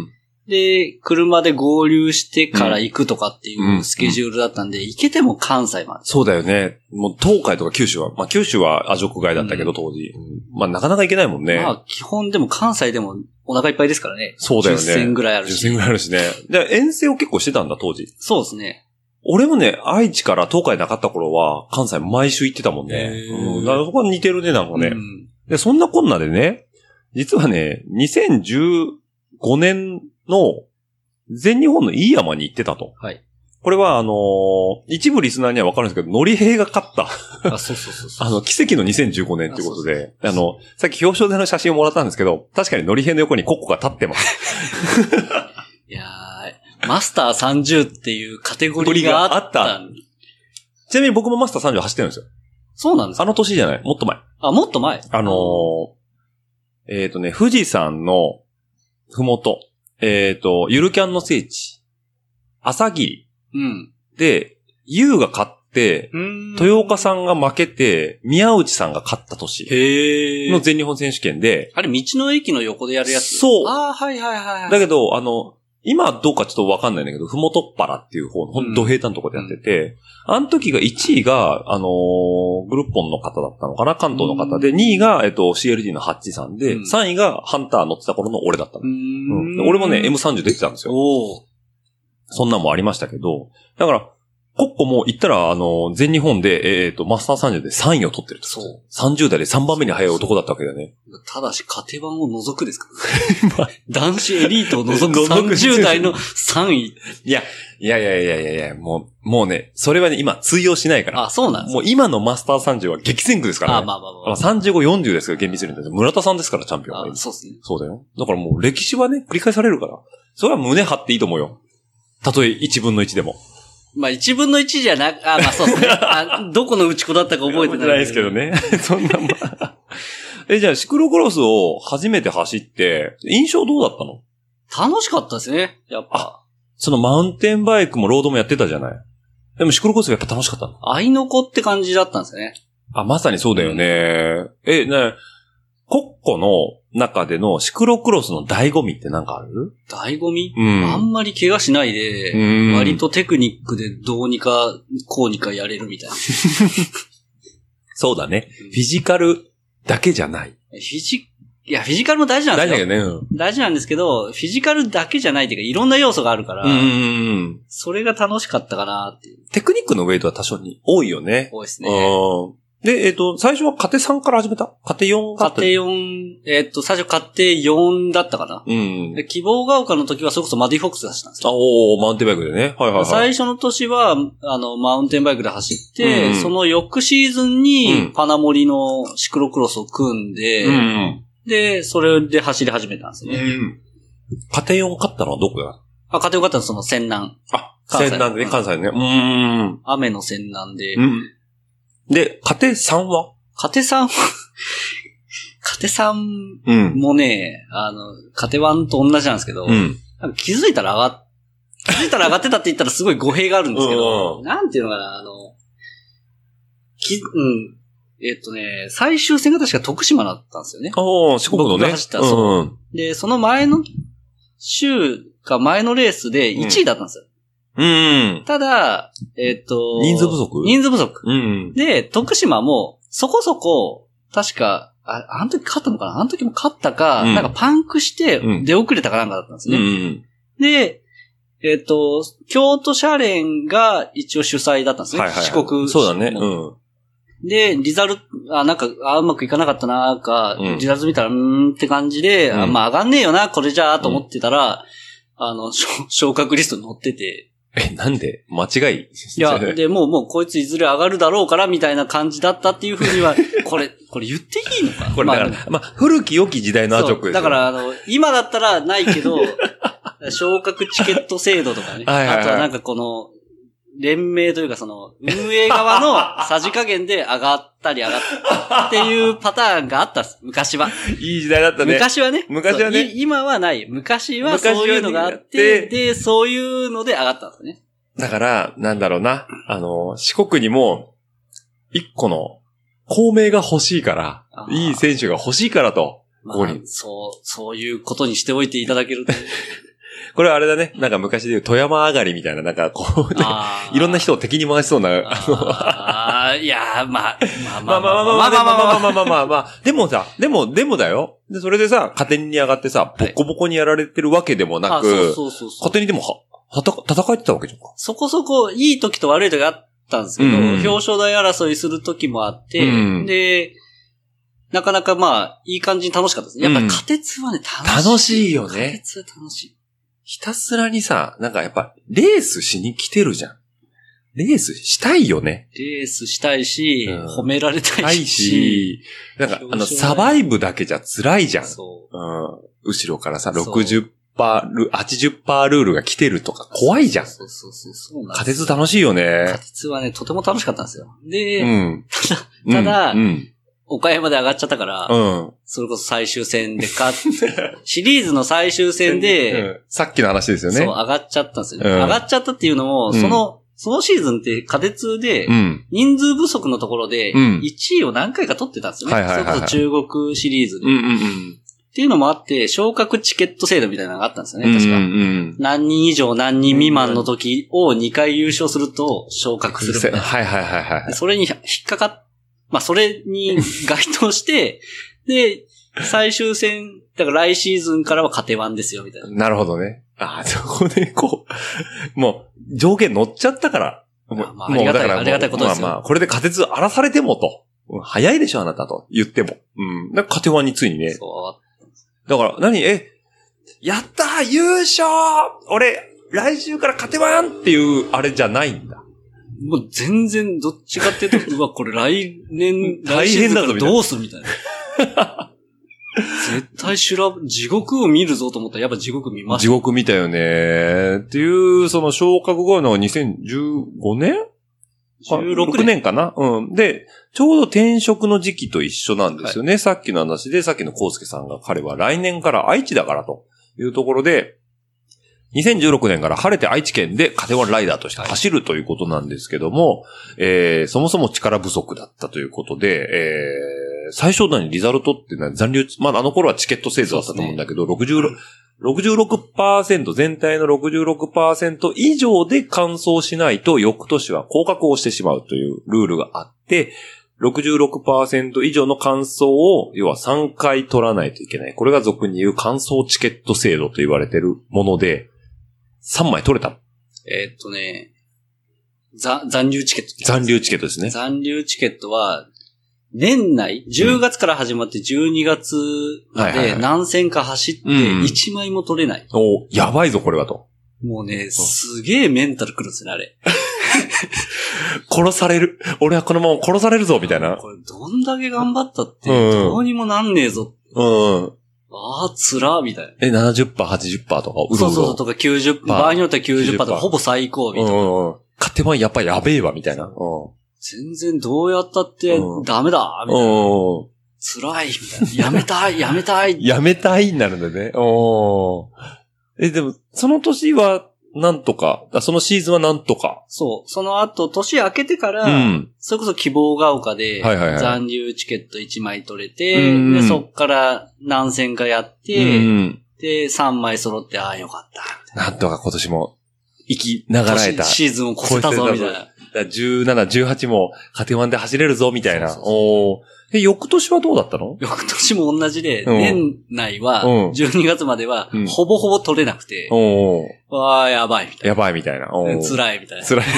C: で、車で合流してから行くとかっていうスケジュールだったんで、うんうん、行けても関西まで。
B: そうだよね。もう東海とか九州は、まあ九州はアジョク外だったけど、うん、当時。まあなかなか行けないもんね。まあ
C: 基本でも関西でもお腹いっぱいですからね。
B: そうだよね。
C: じゅっせんぐらいあるし。
B: じゅっせんぐらいあるしね。で、遠征を結構してたんだ、当時。
C: そうですね。
B: 俺もね、愛知から東海なかった頃は、関西毎週行ってたもんね。うん。だからそこは似てるね、なんかね。うん、で、そんなこんなでね、実はね、にせんじゅうごねんの全日本の飯山に行ってたと。
C: はい。
B: これはあのー、一部リスナーにはわかるんですけど、のりへいが勝った。
C: あ、そうそうそうそう。
B: あの、奇跡のにせんじゅうごねんということで、あ, あの、さっき表彰台の写真をもらったんですけど、確かにのりへいの横にコッコが立ってます。
C: いやー、マスターさんじゅうっていうカテゴリーがあった。あった
B: ちなみに僕もマスターさんじゅう走ってるんですよ。
C: そうなんですか？
B: あの年じゃない、もっと前。
C: あ、もっと前。
B: あのー、えっ、ー、とね、富士山のふもと、えっ、ー、と、ゆるキャンの聖地、朝霧。
C: うん。
B: で、優が勝って、豊岡さんが負けて、宮内さんが勝った年。
C: へー。
B: の全日本選手権で。
C: あれ、道の駅の横でやるやつ？
B: そう。
C: ああ、はいはいはい。
B: だけど、あの、今はどうかちょっとわかんないんだけど、ふもとっぱらっていう方の、ほんと平坦のとこでやってて、うん、あの時がいちいが、あのー、グルッポンの方だったのかな、関東の方で、にいが、えっと、シーエルディー のハッチさんで、うん、さんいがハンター乗ってた頃の俺だったの。うん、俺もね、エムさんじゅう 出てたんですよ。
C: お
B: そんなんもありましたけど、だから、コッコも行ったら、あの、全日本で、えっ、ー、と、マスターさんじゅうでさんいを取ってると。
C: そう。
B: さんじゅう代でさんばんめに速い男だったわけだよね。
C: ただし、カテ版を除くですからね。男子エリートを除くさんじゅう代のさんい。
B: いや、いやいやいやいやいや、もう、もうね、それはね、今通用しないから。
C: あ、そうなんです
B: か。もう今のマスターさんじゅうは激戦区ですからね。
C: あ、まあまあまあ。
B: さんじゅうご、よんじゅうですけど、厳密に言うと。村田さんですから、チャンピオンは。
C: あ、そうですね。
B: そうだよ。だからもう歴史はね、繰り返されるから。それは胸張っていいと思うよ。たとえいちぶんのいちでも。
C: まあ一分の一じゃなく、あ、まあそうですね。あ、どこの打ち子だったか覚えてない。
B: 覚えてないですけどね。そんなまあ。え、じゃあシクロクロスを初めて走って、印象どうだったの？
C: 楽しかったですね。やっぱ。
B: そのマウンテンバイクもロードもやってたじゃない。でもシクロクロスがやっぱ楽しかったの？
C: 愛の子って感じだったんですね。
B: あ、まさにそうだよね。え、ね、コッコの中でのシクロクロスの醍醐味って何かある？
C: 醍醐味？
B: うん。
C: あんまり怪我しないで、うん、割とテクニックでどうにかこうにかやれるみたいな。
B: そうだね。フィジカルだけじゃない。
C: フィジ、いや、フィジカルも大事なんですよ。
B: 大事だよね。うん、
C: 大事なんですけど、フィジカルだけじゃないっていうか、いろんな要素があるから、
B: うん、
C: それが楽しかったかなっていう。
B: テクニックのウェイトは多少に多いよね。
C: 多いですね。
B: で、えっ、ー、と、最初はカテさんから始めた？カテよん
C: カテよん、えっ、ー、と、最初カテよんだったかな。
B: うん。
C: で、希望が丘の時はそれこそマディフォックス出したんですよ。
B: あ、おー、マウンテンバイクでね。はいはいはい。
C: 最初の年は、あの、マウンテンバイクで走って、うん、その翌シーズンに、パナモリのシクロクロスを組んで、うん、で、それで走り始めたんですよね。うん、
B: カテよん勝ったのはどこだ？
C: あ、カテよん勝ったのはその仙南。
B: あ、仙南でね、関西でね。うーん。
C: 雨の仙南で。
B: うん。で、カテさんは？
C: カテさんカテさんもね、うん、あの、カテワンと同じなんですけど、うん、気づいたら上がっ、気づいたら上がってたって言ったらすごい語弊があるんですけど、うん、なんていうのかな、あの、き、うん、えっとね、最終戦が確か徳島だったんですよね。
B: ああ、四国のね。
C: 僕が走った、そう、うん。で、その前の週か前のレースでいちいだったんですよ。
B: うん。
C: ただ、えっと、
B: 人数不足
C: 人数不足。
B: うん。
C: で、徳島も、そこそこ、確か、あ、あの時勝ったのかなあの時も勝ったか、うん、なんかパンクして、出遅れたかなんかだったんですね。うん。で、えっと、京都社連が一応主催だったんですね。はいはいはい、四国。
B: そうだね。うん。
C: で、リザルト、あ、なんか、あ、うまくいかなかったな、か、うん、リザルト見たら、うーんって感じで、うん、あまあ上がんねえよな、これじゃあ、と思ってたら、うん、あの、昇格リストに載ってて、
B: え、なんで間違い
C: いや、で、もう、もう、こいついずれ上がるだろうから、みたいな感じだったっていうふうには、これ、これ言っていいのか
B: これだから、まあ、まあ、古き良き時代のアジョックですよ。
C: だから、あの、今だったらないけど、昇格チケット制度とかね。はいはいはい、あとはなんかこの、連盟というかその、運営側のさじ加減で上がったり上がったっていうパターンがあったんです。昔は。
B: いい時代だったね。
C: 昔はね。
B: 昔はね。
C: 今はない。昔はそういうのがあって、で、そういうので上がったんですね。
B: だから、なんだろうな。あの、四国にも、一個の、公明が欲しいから、いい選手が欲しいからと、
C: ここに、まあ。そう、そういうことにしておいていただけると。
B: これはあれだね。なんか昔で言う富山上がりみたいな、なんかこう、いろんな人を敵に回しそうな、あの、
C: ああ、いやー、まあ、まあまあ
B: まあまあまあまあまあまあまあまあまあまあ、でもさ、でも、でもだよ。で、それでさ、勝手に上がってさ、ボッコボコにやられてるわけでもなく、そうそうそう勝手にでもは、はた、戦えてたわけじゃんか。
C: そこそこ、いい時と悪い時があったんですけど、表彰台争いする時もあって、で、なかなかまあ、いい感じに楽しかったです。やっぱり、仮鉄はね、楽しい。
B: 楽しいよね。
C: 仮鉄は楽しい。
B: ひたすらにさ、なんかやっぱ、レースしに来てるじゃん。レースしたいよね。
C: レースしたいし、うん、褒められたいし。
B: たいし、なんか、あの、サバイブだけじゃ辛いじゃん。そう。うん。後ろからさ、ろくじゅっパーセント、はちじゅっパーセントルールが来てるとか怖いじゃん。そうそうそうそう。仮鉄楽しいよね。
C: 仮鉄はね、とても楽しかったんですよ。で、うん、ただ、ただ、うんうん岡山で上がっちゃったから、うん、それこそ最終戦で勝って、シリーズの最終戦で、うん、
B: さっきの話ですよね。
C: そう、上がっちゃったんですよね。うん、上がっちゃったっていうのも、その、そのシーズンって仮鉄で、人数不足のところで、いちいを何回か取ってたんですよね。それこそ中国シリーズで。うんうんうん、っていうのもあって、昇格チケット制度みたいなのがあったんですよね、確か。うんうん、何人以上何人未満の時をにかい優勝すると昇格するみたいな。はいはいはいはい。それに引っかかって、まあ、それに該当して、で、最終戦、だから来シーズンからは勝てワンですよ、みたいな。
B: なるほどね。ああ、そこでこう、もう、上限乗っちゃったから。
C: まあ、まあ、ありがたい、ありがたいことですよ。
B: まあまあ、これで仮鉄荒らされてもと。早いでしょ、あなたと言っても。うん。なんか勝てワンについにね。そう。だから、何え、やったー優勝俺、来週から勝てワンっていう、あれじゃないんだ。
C: もう全然どっちかっていうと、うわ、これ来年、大変だぞどうするみたいな。絶対修羅、地獄を見るぞと思ったらやっぱ地獄見ました。
B: 地獄見たよね。っていう、その昇格後のにせんじゅうごねん ?じゅうろくねんかなうん。で、ちょうど転職の時期と一緒なんですよね。はい、さっきの話で、さっきのコウスケさんが彼は来年から愛知だからというところで、にせんじゅうろくねんから晴れて愛知県でカテワンライダーとして走るということなんですけども、はいえー、そもそも力不足だったということで、えー、最小段にリザルトっていうのは残留、まああの頃はチケット制度だったと思うんだけど、ね、ろくじゅうろく、ろくじゅうろくパーセント、全体の ろくじゅうろくパーセント 以上で完走しないと翌年は降格をしてしまうというルールがあって、ろくじゅうろくパーセント 以上の完走を、要はさんかい取らないといけない。これが俗に言う完走チケット制度と言われているもので、さんまい取れた。
C: えー、っとね、ざ、残留チケット。
B: 残留チケットですね。
C: 残留チケットは、年内、じゅうがつから始まってじゅうにがつまで何戦か走っていちまいも取れない。
B: うん、おやばいぞこれはと。
C: もうね、すげえメンタルくるんですね、あれ。
B: 殺される。俺はこのまま殺されるぞ、みたいな。
C: これどんだけ頑張ったって、どうにもなんねえぞ。うん。ああ、つら、みたいな。
B: え、ななじゅっパーセント、はちじゅっパーセント とか、う
C: そうそうそう、とかきゅうじゅっパーセント、場合によってはきゅうじゅっパーセントとか、ほぼ最高、みたいな。うん。
B: 勝手はやっぱやべえわ、みたいな。うん。
C: 全然どうやったってダメだ、みたいな。うん。辛い、みたいな。やめたい、やめたい。
B: やめたいになるんだね。おえ、でも、その年は、なんとか、そのシーズンはなんとか。
C: そう。その後、年明けてから、うん、それこそ希望が丘で、残留チケットいちまい取れて、はいはいはい、で、そっから何戦かやって、うん、で、さんまい揃って、ああ、よかった。
B: なんとか今年も、生きながらえた。
C: シーズンを越せたぞ、みたいな。
B: じゅうなな、じゅうはちも、カテワンで走れるぞ、みたいな。そうそうそうおえ、翌年はどうだったの？
C: 翌年も同じで、うん、年内は、じゅうにがつまでは、うん、ほぼほぼ取れなくて、うん、わあ、やばいみたいな。
B: やばいみたいな。
C: 辛いみたいな。
B: 辛い。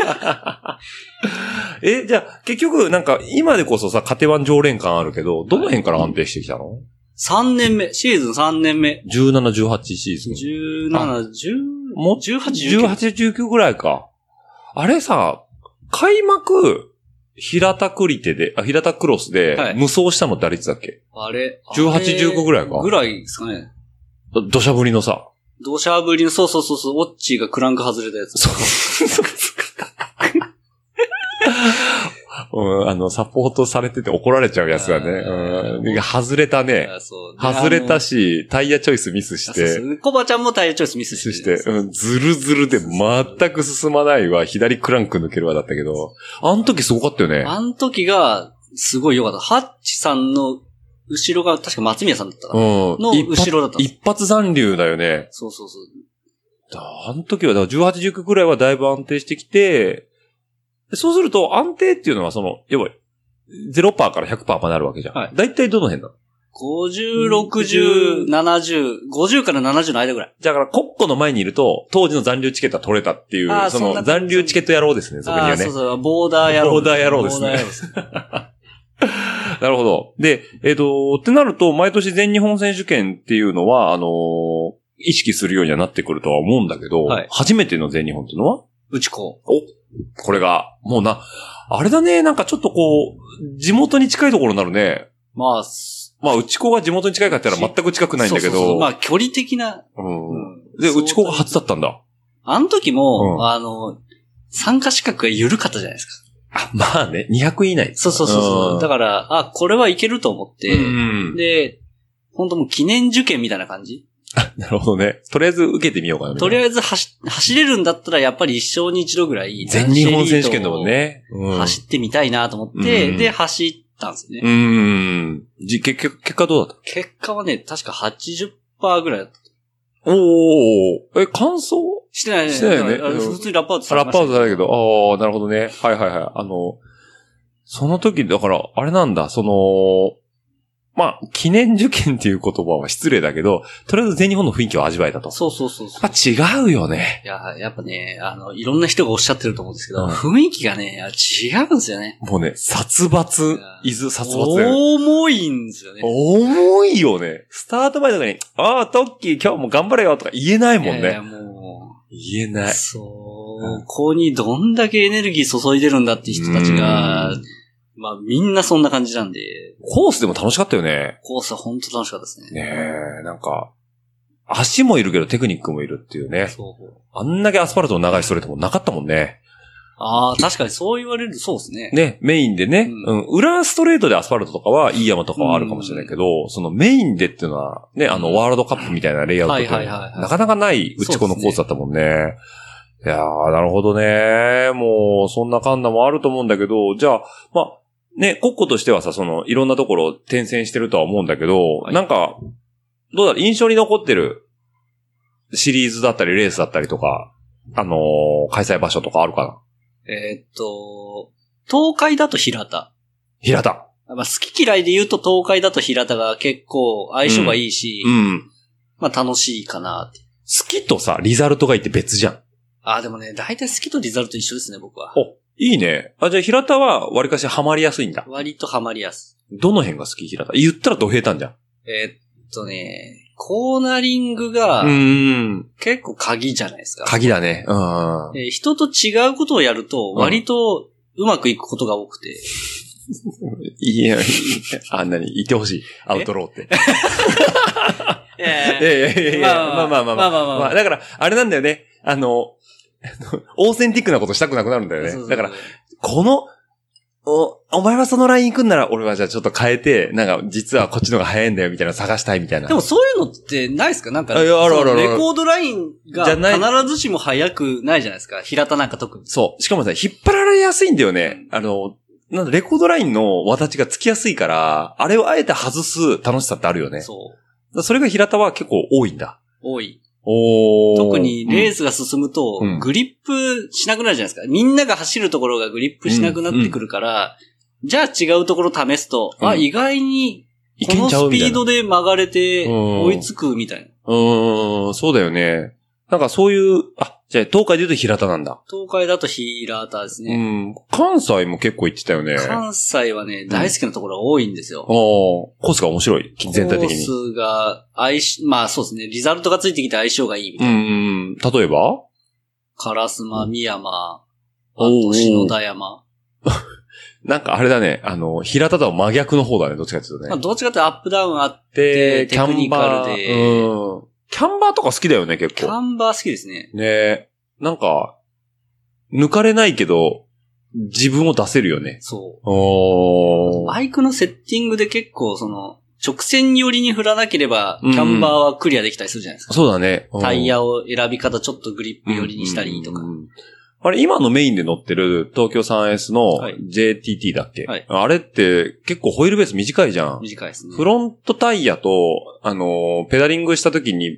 B: え、じゃあ、結局、なんか、今でこそさ、カテワン常連感あるけど、どの辺から安定してきたの？
C: さん 年目。シーズンさんねんめ。
B: じゅうなな、じゅうはちシーズン。
C: じゅうなな、じゅう、
B: もじゅうはち、じゅうきゅう。じゅうはち、じゅうきゅうぐらいか。あれさ、開幕、平田クリテで、あ、平田クロスで、無双したの誰だっけ？
C: あれ
B: じゅうはち、じゅうごぐらいか。
C: ぐらいですかね。
B: 土砂降りのさ。
C: 土砂降りの、そうそうそうそう、オッチーがクランク外れたやつ。そう。
B: うん、あの、サポートされてて怒られちゃうやつだね。うん。外れたね。外れたし、タイヤチョイスミスして。
C: コバちゃんもタイヤチョイスミスして。
B: して、うん、ずるずるで全く進まないわ。左クランク抜けるわだったけど。あの時すごかったよね。
C: あの時が、すごい良かった。ハッチさんの後ろが、確か松宮さんだったかな。うん。の後ろだった。
B: 一発残留だよね。
C: そうそうそう。
B: あの時は、だからじゅうはち、じゅうきゅうくらいはだいぶ安定してきて、そうすると安定っていうのはその、やばい、ゼロパーセント から ひゃくパーセント まであるわけじゃん。はい。だいたいどの辺なの？
C: ごじゅう、ろくじゅう、ななじゅう、ごじゅうからななじゅうの間ぐらい。
B: だから、国庫の前にいると、当時の残留チケットは取れたっていう、その残留チケット野郎ですね、そこにはね。あ、
C: そうそう、ボーダー野郎。
B: ボーダー野郎ですね。ボーダー野郎です。なるほど。で、えっと、ってなると、毎年全日本選手権っていうのは、あのー、意識するようにはなってくるとは思うんだけど、はい、初めての全日本っていうのは
C: 内子。
B: お、これが、もうな、あれだね、なんかちょっとこう、地元に近いところになるね。
C: まあ、
B: まあ、内子が地元に近いかって言ったら全く近くないんだけど。そうそうそう、
C: まあ、距離的な。
B: うん。うん、で、内子が初だったんだ。
C: あの時も、うん、あの、参加資格が緩かったじゃないですか。
B: あ、まあね、にひゃく以内。
C: そうそうそうそう、うん。だから、あ、これはいけると思って、うん、で、本当もう記念受験みたいな感じ。
B: あ、なるほどね。とりあえず受けてみようかな。
C: とりあえず走、走れるんだったらやっぱり一生に一度ぐらい。
B: 全日本選手権だもんね。
C: うん、走ってみたいなと思って、うん、で、走ったんですよね。
B: うん。じ、結果、結果どうだった？
C: 結果はね、確か はちじゅっパーセント ぐらいだった。
B: おー。え、完走
C: してないね。
B: してないよね。
C: 普通にラップアウトさ
B: れました。ラップアウトされたけど、ああ、なるほどね。はいはいはい。あの、その時、だから、あれなんだ、その、まあ、記念受験っていう言葉は失礼だけど、とりあえず全日本の雰囲気を味わえたと。
C: そうそうそうそう。
B: やっぱ違うよね。
C: いや、やっぱね、あの、いろんな人がおっしゃってると思うんですけど、うん、雰囲気がね、違うんですよね。
B: もうね、殺伐、伊豆殺伐、ね。
C: 重いんですよね。
B: 重いよね。スタート前とかに、ああ、トッキー今日も頑張れよとか言えないもんね。いやいやもう。言えない。
C: そう。ここにどんだけエネルギー注いでるんだって人たちが、まあみんなそんな感じなんで。
B: コースでも楽しかったよね。
C: コースは本当楽しかったですね。
B: ねえ、なんか、足もいるけどテクニックもいるっていうね。そうあんだけアスファルトの長いストレートもなかったもんね。
C: ああ、確かにそう言われる、そうですね。
B: ね、メインでね、うん、うん、裏ストレートでアスファルトとかは、いい山とかはあるかもしれないけど、うん、そのメインでっていうのは、ね、あの、ワールドカップみたいなレイアウトって、なかなかない内子のコースだったもんね。いやー、なるほどね。もう、そんなカンナもあると思うんだけど、じゃあ、まあ、ね、国庫としてはさ、その、いろんなところ転戦してるとは思うんだけど、はい、なんか、どうだろう、印象に残ってるシリーズだったり、レースだったりとか、あのー、開催場所とかあるか
C: な？えー、っと、東海だと平田。
B: 平田。
C: まあ、好き嫌いで言うと東海だと平田が結構相性がいいし、うん。うん、まあ楽しいかなって。
B: 好きとさ、リザルトがいて別じゃん。
C: あ、でもね、大体好きとリザルト一緒ですね、僕は。
B: お、いいね。あ、じゃあ平田は割かしハマりやすいんだ。
C: 割とハマりやす
B: い。どの辺が好き平田？言ったらド平坦じゃん。
C: えー、っとね、コーナリングが、うん。結構鍵じゃないですか。
B: 鍵だね。うん。
C: えー、人と違うことをやると、割とうまくいくことが多くて。
B: うん、いや、いや、あんなにいてほしい。アウトローって。いやいやいやいや、まあまあまあまあまあまあ。だから、あれなんだよね。あの、オーセンティックなことしたくなくなるんだよね。そうそうそう、だから、この、お、お前はそのライン行くんなら、俺はじゃあちょっと変えて、なんか、実はこっちの方が早いんだよ、みたいな探したいみたいな。
C: でもそういうのってないですか？なんか、
B: あ、いや、あるあるある。
C: レコードラインが必ずしも早くないじゃないですか。平田なんか特に。
B: そう。しかもさ、引っ張られやすいんだよね。あの、なんだ、レコードラインの私がつきやすいから、あれをあえて外す楽しさってあるよね。そう。それが平田は結構多いんだ。
C: 多い。お特にレースが進むと、グリップしなくなるじゃないですか。みんなが走るところがグリップしなくなってくるから、うんうん、じゃあ違うところ試すと、うん、あ、意外に、このスピードで曲がれて追いつくみたいな。
B: うーん、そうだよね。なんかそういう、あ、じゃあ東海で言うと平田なんだ。
C: 東海だと平田ですね。
B: うん。関西も結構行ってたよね。
C: 関西はね、大好きなところが多いんですよ。
B: うん、コースが面白い。全体的に。
C: コースが、相性、まあそうですね。リザルトがついてきて相性がいいみたいな。うん。
B: 例えば
C: 烏丸、三山、あと篠田山。
B: なんかあれだね、あの、平田とは真逆の方だね、どっちかっていうとね。
C: まあどっちかっていうとアップダウンあって、テクニカルで。
B: うん。キャンバーとか好きだよね、結構。
C: キャンバー好きですね。
B: ねえ。なんか、抜かれないけど、自分を出せるよね。そう。
C: おー。バイクのセッティングで結構、その、直線寄りに振らなければ、キャンバーはクリアできたりするじゃないですか。
B: うん、そうだね。
C: タイヤを選び方ちょっとグリップ寄りにしたりとか。うんうんうん、
B: あれ、今のメインで乗ってる東京 スリーエス の ジェーティーティー だっけ、はい、あれって結構ホイールベース短いじゃん。
C: 短いですね。
B: フロントタイヤと、あの、ペダリングした時に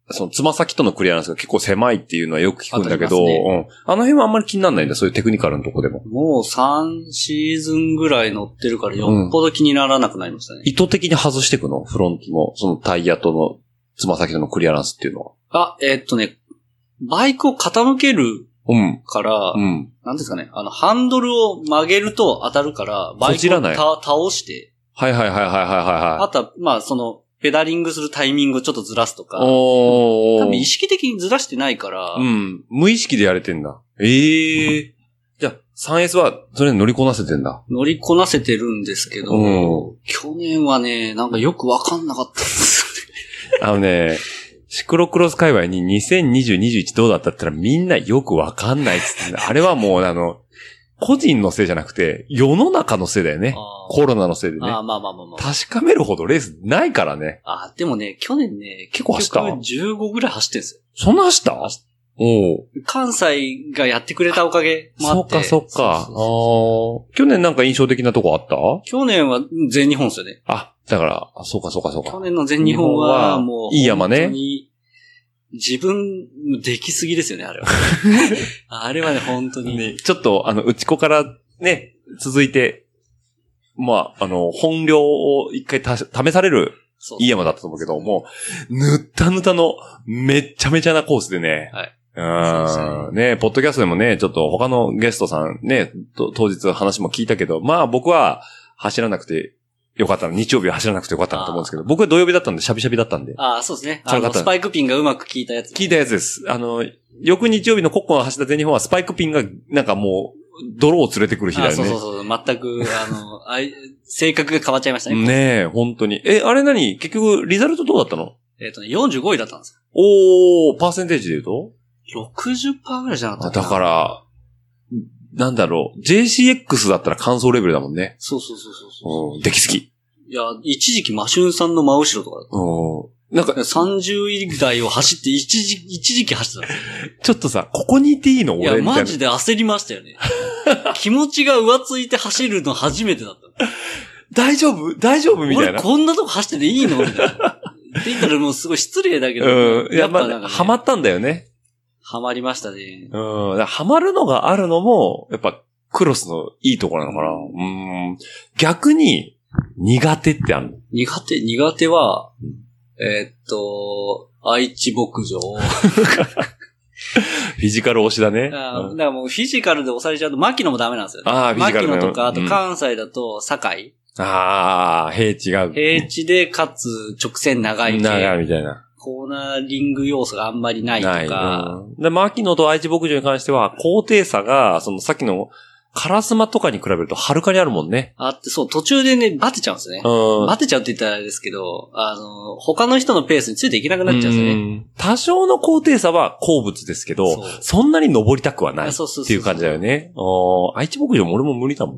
B: そのつま先とのクリアランスが結構狭いっていうのはよく聞くんだけど、ね、うん。あの辺はあんまり気にならないんだ、そういうテクニカルのとこでも。
C: もうさんシーズンぐらい乗ってるからよっぽど気にならなくなりましたね。
B: うん、意図的に外していくの？フロントの、そのタイヤとのつま先とのクリアランスっていうのは。
C: あ、えー、っとね、バイクを傾けるから、うん。なんですかね、あの、ハンドルを曲げると当たるから、バイクをた倒して。
B: はいはいはいはいはいはい。
C: あとは、まあ、その、ペダリングするタイミングをちょっとずらすとか。お多分意識的にずらしてないから。
B: うん。無意識でやれてんだ。ええー。じゃあ、スリーエス はそれに乗りこなせてんだ。
C: 乗りこなせてるんですけど、去年はね、なんかよくわかんなかったです。
B: あのね、シクロクロス界隈ににせんにじゅう、にじゅういちどうだったって言ったらみんなよくわかんないっつって、あれはもうあの、個人のせいじゃなくて、世の中のせいだよね。コロナのせいでね。
C: あまあまあまあまあ。
B: 確かめるほどレースないからね。
C: あでもね、去年ね、
B: 結構走った。
C: じゅうごぐらい走ってんすよ。
B: そんな走った？おう
C: 関西がやってくれたおかげもあって。
B: そっかそっか。あ去年なんか印象的なとこあった？
C: 去年は全日本ですよね。
B: あ、だから、あそうかそうかそうか。
C: 去年の全日本はもう、
B: いい山ね。
C: 自分、できすぎですよね、あれは。あれはね、本当に。ね、
B: ちょっと、あの、内子からね、続いて、まあ、あの、本領を一回た試される、いい山だったと思うけど、もう、ぬったぬたの、めっちゃめちゃなコースでね。はい。うん。ね、ポッドキャストでもね、ちょっと他のゲストさんね、当日話も聞いたけど、まあ僕は走らなくて、よかったな。日曜日は走らなくてよかったなと思うんですけど、僕は土曜日だったんで、シャビシャビだったんで。
C: ああ、そうですね。あの、スパイクピンがうまく効いたやつ。
B: 効いたやつです。あの、翌日曜日のコッコの走った全日本はスパイクピンが、なんかもう、泥を連れてくる日だよね。
C: あそうそうそう。全く、あの、あい、性格が変わっちゃいましたね。
B: ねえ、本当に。え、あれ何？結局、リザルトどうだったの？
C: えっとね、よんじゅうごいだったんですよ。
B: おー、パーセンテージで言うと ?
C: ろくじゅっパーセント ぐらいじゃなかったかな。
B: だから、なんだろう。ジェーシーエックス だったら完走レベルだもんね。
C: そうそうそうそう。
B: うん、出来すぎ。
C: いや、一時期マシュンさんの真後ろとかだった。うん。なんか、さんじゅうい台を走って一時、一時期走ってたんですよ。
B: ちょっとさ、ここにいていいの俺みたいな。
C: いや、マジで焦りましたよね。気持ちが浮ついて走るの初めてだった。
B: 大丈夫大丈夫みたいな。
C: 俺こんなとこ走ってていいのみたいな。って言ったらもうすごい失礼だけど。
B: うん。やっぱ、ね、ハマったんだよね。
C: ハマりましたね。
B: うん。ハマるのがあるのも、やっぱ、クロスのいいところなのかな。うん。逆に、苦手ってあるの？
C: 苦手、苦手は、えー、っと、愛知牧場。
B: フィジカル推しだね。
C: あだからもうフィジカルで押されちゃうと、牧野もダメなんですよね。
B: ああ、フィジカル
C: 牧野とか、あと関西だと、堺。
B: うん、ああ、平地が。
C: 平地で、かつ直線長い系。
B: 長いみたいな。
C: コーナーリング要素があんまりないとか。ない。
B: うん、で、牧野と愛知牧場に関しては、高低差が、そのさっきの、カラスマとかに比べるとはるかにあるもんね。
C: あって、そう、途中でね、バテちゃうんですね。うん。バテちゃうって言ったらあれですけど、あの、他の人のペースについていけなくなっちゃうんですよね。うん。多
B: 少の高低差は好物ですけど、そ, そんなに登りたくはないっていう感じだよね。あ愛知牧場も俺も無理だもん。うん、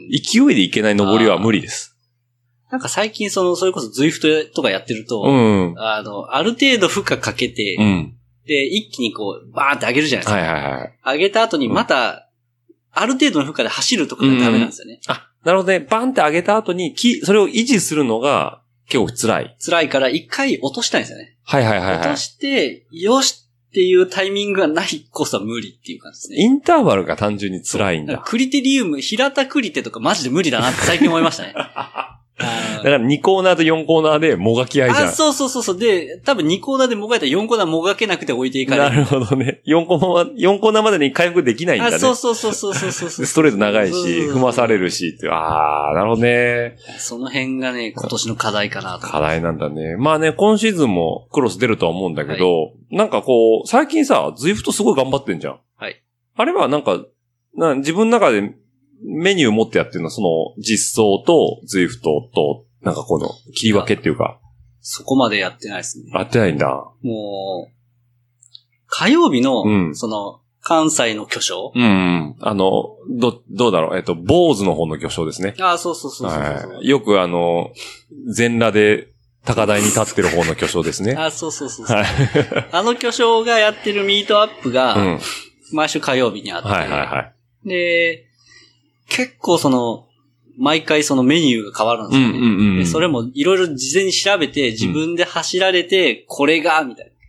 B: 勢いでいけない登りは無理です。
C: なんか最近その、それこそズイフトとかやってると、うん、あの、ある程度負荷かけて、うん、で、一気にこう、バーンって上げるじゃないですか。はいはいはい。上げた後にまた、うんある程度の負荷で走るとかがダメなんですよね。
B: うん、あ、なるほどね。バンって上げた後に、き、それを維持するのが結構辛い。
C: 辛いから一回落としたいんですよね。
B: はいはいはい、はい。
C: 落として、よしっていうタイミングがないこそは無理っていう感じですね。
B: インターバルが単純に辛いんだ。
C: クリテリウム、平田クリテとかマジで無理だなって最近思いましたね。
B: だからにコーナーとよんコーナーでもがき合いじゃん。
C: あ、そうそうそうそう。で、多分にコーナーでもがいたらよんコーナーもがけなくて置いていかれる。
B: なるほどね。よんコーナー、よんコーナーまでに回復できないんだね。
C: あ、そうそうそうそうそうそう
B: ストレート長いし、踏まされるしって。あー、なるほどね。
C: その辺がね、今年の課題かなと。
B: 課題なんだね。まあね、今シーズンもクロス出るとは思うんだけど、はい、なんかこう、最近さ、ズイフトすごい頑張ってんじゃん。はい。あれはなんか、な自分の中でメニュー持ってやってるのは、その、実装とズイフトと、なんかこの、切り分けっていうか。
C: そこまでやってないですね。
B: やってないんだ。
C: もう、火曜日の、うん、その、関西の巨匠
B: うん、うん。あの、ど、どうだろうえっと、坊主の方の巨匠ですね。
C: ああ、そうそうそうそうそう、
B: はい。よくあの、全裸で高台に立ってる方の巨匠ですね。
C: ああ、そうそうそうそう。はい。あの巨匠がやってるミートアップが、うん、毎週火曜日にあって。はいはいはい。で、結構その、毎回そのメニューが変わるんですよね。うんうんうん、でそれもいろいろ事前に調べて、自分で走られて、これが、みたいな。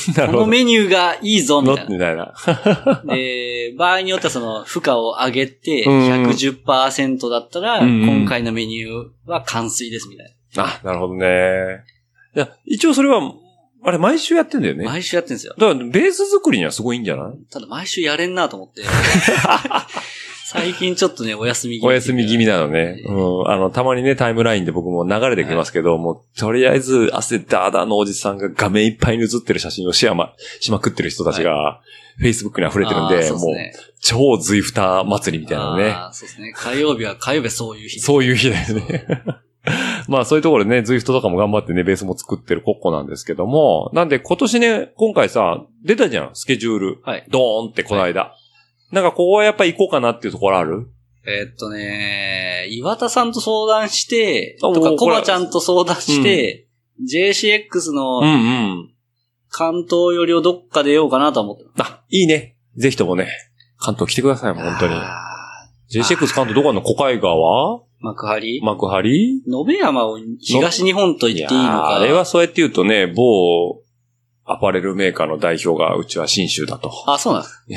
C: このメニューがいいぞ、みたいな。
B: みたいな。
C: で、場合によってはその、負荷を上げて、ひゃくじゅっパーセント だったら、今回のメニューは完遂です、みたい
B: な。あ、なるほどね。いや、一応それは、あれ、毎週やってんだよね。
C: 毎週やってんですよ。
B: だから、ベース作りにはすごいいいんじゃない？
C: ただ、毎週やれんなと思って。最近ちょっとね、お休み気味。
B: お休み気味なのね。うん。あの、たまにね、タイムラインで僕も流れてきますけど、はい、もう、とりあえず、汗ダーダーのおじさんが画面いっぱいに写ってる写真をシェアま、しまくってる人たちが、Facebook に溢れてるんで、でね、もう、超ズイフター祭りみたいなね。
C: ああ、そうですね。火曜日は火曜日はそういう日。
B: そういう日だよね。まあそういうところでね、ズイフトとかも頑張ってね、ベースも作ってるコッコなんですけども、なんで今年ね、今回さ、出たじゃん、スケジュール。はい。ドーンってこの間。はい、なんかここはやっぱ行こうかなっていうところある？
C: えー、っとね、岩田さんと相談して、とかコバちゃんと相談して、うん、ジェーシーエックス の関東寄りをどっかでようかなと思って
B: ます。あ、いいね。ぜひともね、関東来てください、本当に。ジェーシーエックス 関東どこあるの？小海川？
C: 幕張
B: 幕張？
C: 延山を東日本と言っていいのか。
B: あれはそうやって言うとね、某アパレルメーカーの代表がうちは信州だと。
C: あ、そうなんです。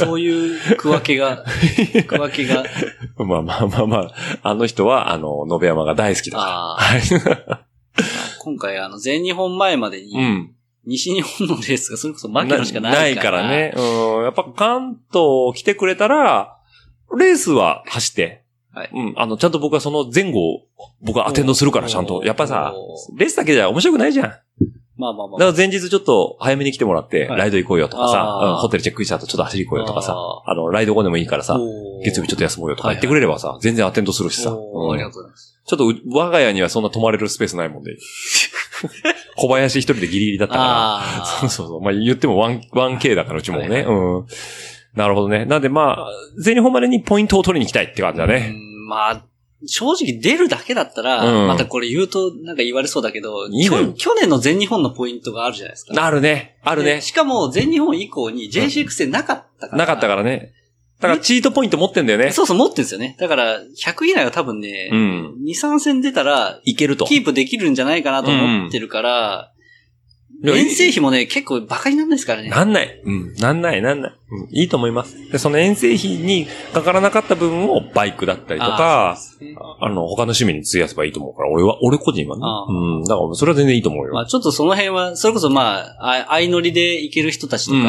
C: そういう区分けが、区分けが。
B: まあまあまあまあ、あの人はあの、延山が大好きだから。
C: 今回あの、全日本前までに、うん、西日本のレースがそれこそ牧野しかないから。
B: ないからね。うん。やっぱ関東来てくれたら、レースは走って。はい。うん。あの、ちゃんと僕はその前後を僕はアテンドするから、ちゃんと。やっぱさ、レースだけじゃ面白くないじゃん。
C: まあまあまあ。
B: だから前日ちょっと早めに来てもらって、ライド行こうよとかさ、うん、ホテルチェックインした後ちょっと走り行こうよとかさ、あの、ライド後でもいいからさ、月曜日ちょっと休もうよとか言ってくれればさ、全然アテンドするしさ。
C: うん、ありがとうございます。
B: ちょっと我が家にはそんな泊まれるスペースないもんで。小林一人でギリギリだったから。そうそうそう。まあ言っても ワンケー だからうちもね。はいはい、うん。なるほどね。なんでまあ、全日本までにポイントを取りに行きたいって感じだね。
C: うん、まあ、正直出るだけだったら、うん、またこれ言うとなんか言われそうだけど、いいね、去年の全日本のポイントがあるじゃないですか。
B: あるね。あるね。
C: しかも全日本以降に ジェーシーエックス でなかったから、うん。
B: なかったからね。だからチートポイント持ってんだよね。
C: そうそう持ってんですよね。だからひゃく以内は多分ね、うん、に、さん戦出たらいけると。キープできるんじゃないかなと思ってるから、うん、遠征費もね、結構バカになんないですからね。
B: なんない。うん。なんない、なんない。うん。いいと思います。で、その遠征費にかからなかった部分をバイクだったりとか、あ、ね、あの、他の趣味に費やせばいいと思うから、俺は、俺個人はね。うん。だからそれは全然いいと思うよ。
C: まあちょっとその辺は、それこそまあ、相乗りで行ける人たちとか、うん、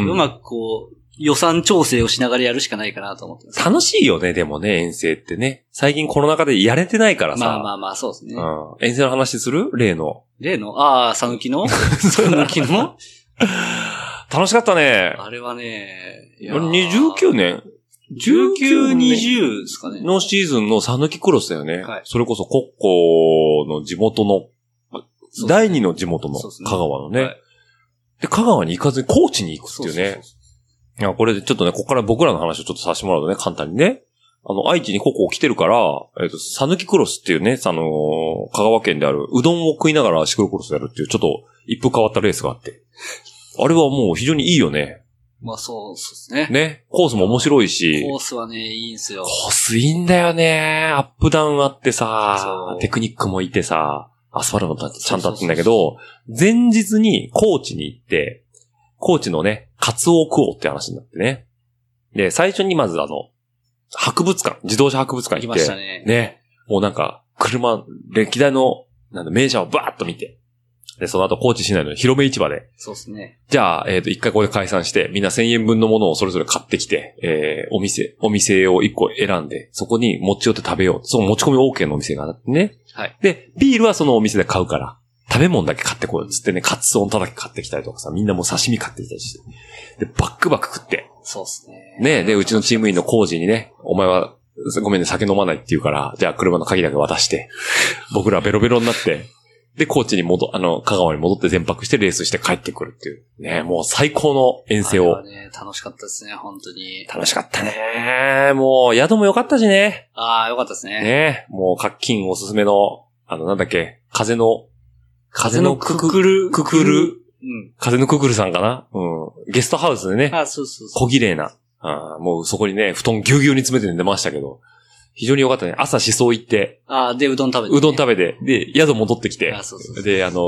C: うまくこう、予算調整をしながらやるしかないかなと思ってます。
B: 楽しいよね、でもね、遠征ってね。最近コロナ禍でやれてないからさ。
C: まあまあまあ、そうですね。
B: うん。遠征の話する？例の。
C: 例のああ、さぬきのさぬきの
B: 楽しかったね。
C: あれはね、
B: にじゅうきゅうねん
C: じゅうきゅう、にじゅうですかね。
B: のシーズンのさぬきクロスだよね。はい。それこそコッコの地元の、第二の地元の香川のね。はい、で、香川に行かずに高知に行くっていうね。そうそうそうそういや、これでちょっとね、ここから僕らの話をちょっとさせてもらうとね、簡単にね。あの、愛知にココ来てるから、えっと、さぬきクロスっていうね、あのー、香川県である、うどんを食いながらシクロクロスやるっていう、ちょっと一風変わったレースがあって。あれはもう非常にいいよね。
C: まあそうですね。
B: ね。コースも面白いし。
C: コースはね、いいんすよ。
B: コースいいんだよね。アップダウンあってさ、テクニックもいてさ、アスファルトもちゃんとあってんだけど、前日に高知に行って、高知のね、カツオを食おうって話になってね。で、最初にまずあの、博物館、自動車博物館行って。
C: 行きましたね。
B: ね。もうなんか、車、歴代の、なんだ、名車をバーッと見て。で、その後高知市内の広め市場で。
C: そうですね。
B: じゃあ、えっと、一回ここで解散して、みんなせんえんぶんのものをそれぞれ買ってきて、えー、お店、お店を一個選んで、そこに持ち寄って食べよう。その持ち込み OK のお店があってね。はい。で、ビールはそのお店で買うから。食べ物だけ買ってこようっつってね、カツオンたたき買ってきたりとかさ、みんなもう刺身買ってきたりして。で、バックバック食って。
C: そうっすね。
B: ね、で、うちのチーム員のコージにね、お前は、ごめんね、酒飲まないって言うから、じゃあ車の鍵だけ渡して、僕らベロベロになって、で、高知に戻、あの、香川に戻って全泊してレースして帰ってくるっていう。ね、もう最高の遠征を。
C: あれはね、楽しかったですね、本当に。
B: 楽しかったね。もう、宿も良かったしね。
C: ああ、良かったですね。
B: ね、もう、カッキンおすすめの、あの、なんだっけ、風の、風のくくる、くくる、うん。風のくくるさんかなうん。ゲストハウスでね。
C: あ、そうそうそう。
B: 小綺麗な。あもうそこにね、布団ぎゅうぎゅうに詰めて寝てましたけど。非常に良かったね。朝思想行って。
C: あで、うどん食べて、
B: ね。うどん食べて。で、宿戻ってきて。
C: あ、そうそうそう。
B: で、あの、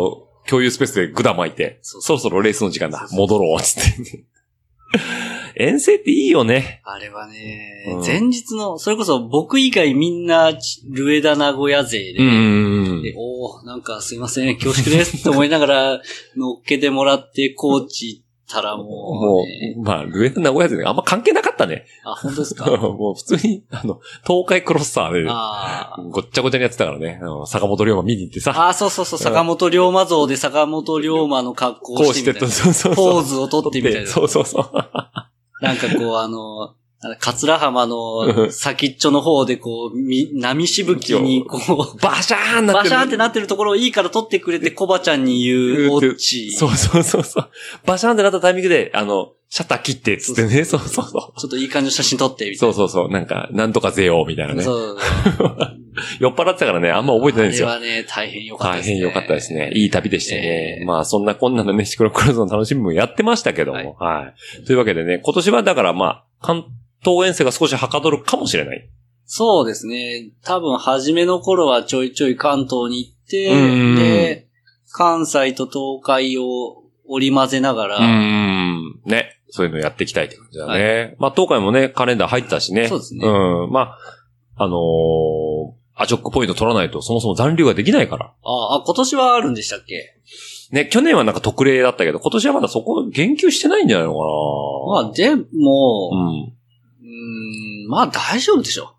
B: 共有スペースでグダ巻いて、そ, そろそろレースの時間だ。そうそう戻ろう、つって。遠征っていいよね。
C: あれはね、うん、前日の、それこそ僕以外みんな、ルエダ名古屋勢で、
B: うん
C: でおー、なんかすいません、恐縮ですって思いながら、乗っけてもらって、高知行ったらもう、ね、
B: もう、まあ、ルエダ名古屋勢あんま関係なかったね。
C: あ、本当ですか
B: もう普通に、あの、東海クロッサーで、あごっちゃごちゃにやってたからね。あの坂本龍馬見に行ってさ。
C: あ、そうそうそう、坂本龍馬像で坂本龍馬の格好をしてみたいな。
B: そうそうそう。
C: ポーズを取ってみたいな。
B: そうそうそう。
C: なんかこうあの、桂浜の先っちょの方でこう、み波しぶきにこう、
B: バシャーンなってる。
C: バシャーンってなってるところをいいから撮ってくれて、コバちゃんに言うオッチ。
B: そうそうそうそう。バシャーンってなったタイミングで、あの、シャッター切って、つってね、そうそうそう。
C: ちょっといい感じの写真撮って、み
B: たいな。そうそうそう。なんか、なんとかぜよ、みたいなね。そう。酔っ払ってたからね、あんま覚えてないんですよ。
C: あれはね、大変良かったですね。
B: 大変良かったですね。いい旅でしたね。えー、まあ、そんなこんなのね、シクロクロスの楽しみもやってましたけども。はい。はい、というわけでね、今年はだからまあ、関東遠征が少しはかどるかもしれない。
C: そうですね。多分、初めの頃はちょいちょい関東に行って、で、関西と東海を織り交ぜながら、
B: うーん。ね。そういうのやっていきたいって感じだね。はい、まあ、東海もね、カレンダー入ってたしね。
C: そうですね。
B: うん。まあ、あのー、アチョックポイント取らないとそもそも残留ができないから。
C: ああ、今年はあるんでしたっけ？
B: ね、去年はなんか特例だったけど、今年はまだそこ言及してないんじゃないのか
C: な。まあ、でも、
B: うん。
C: うーん、まあ大丈夫でしょ。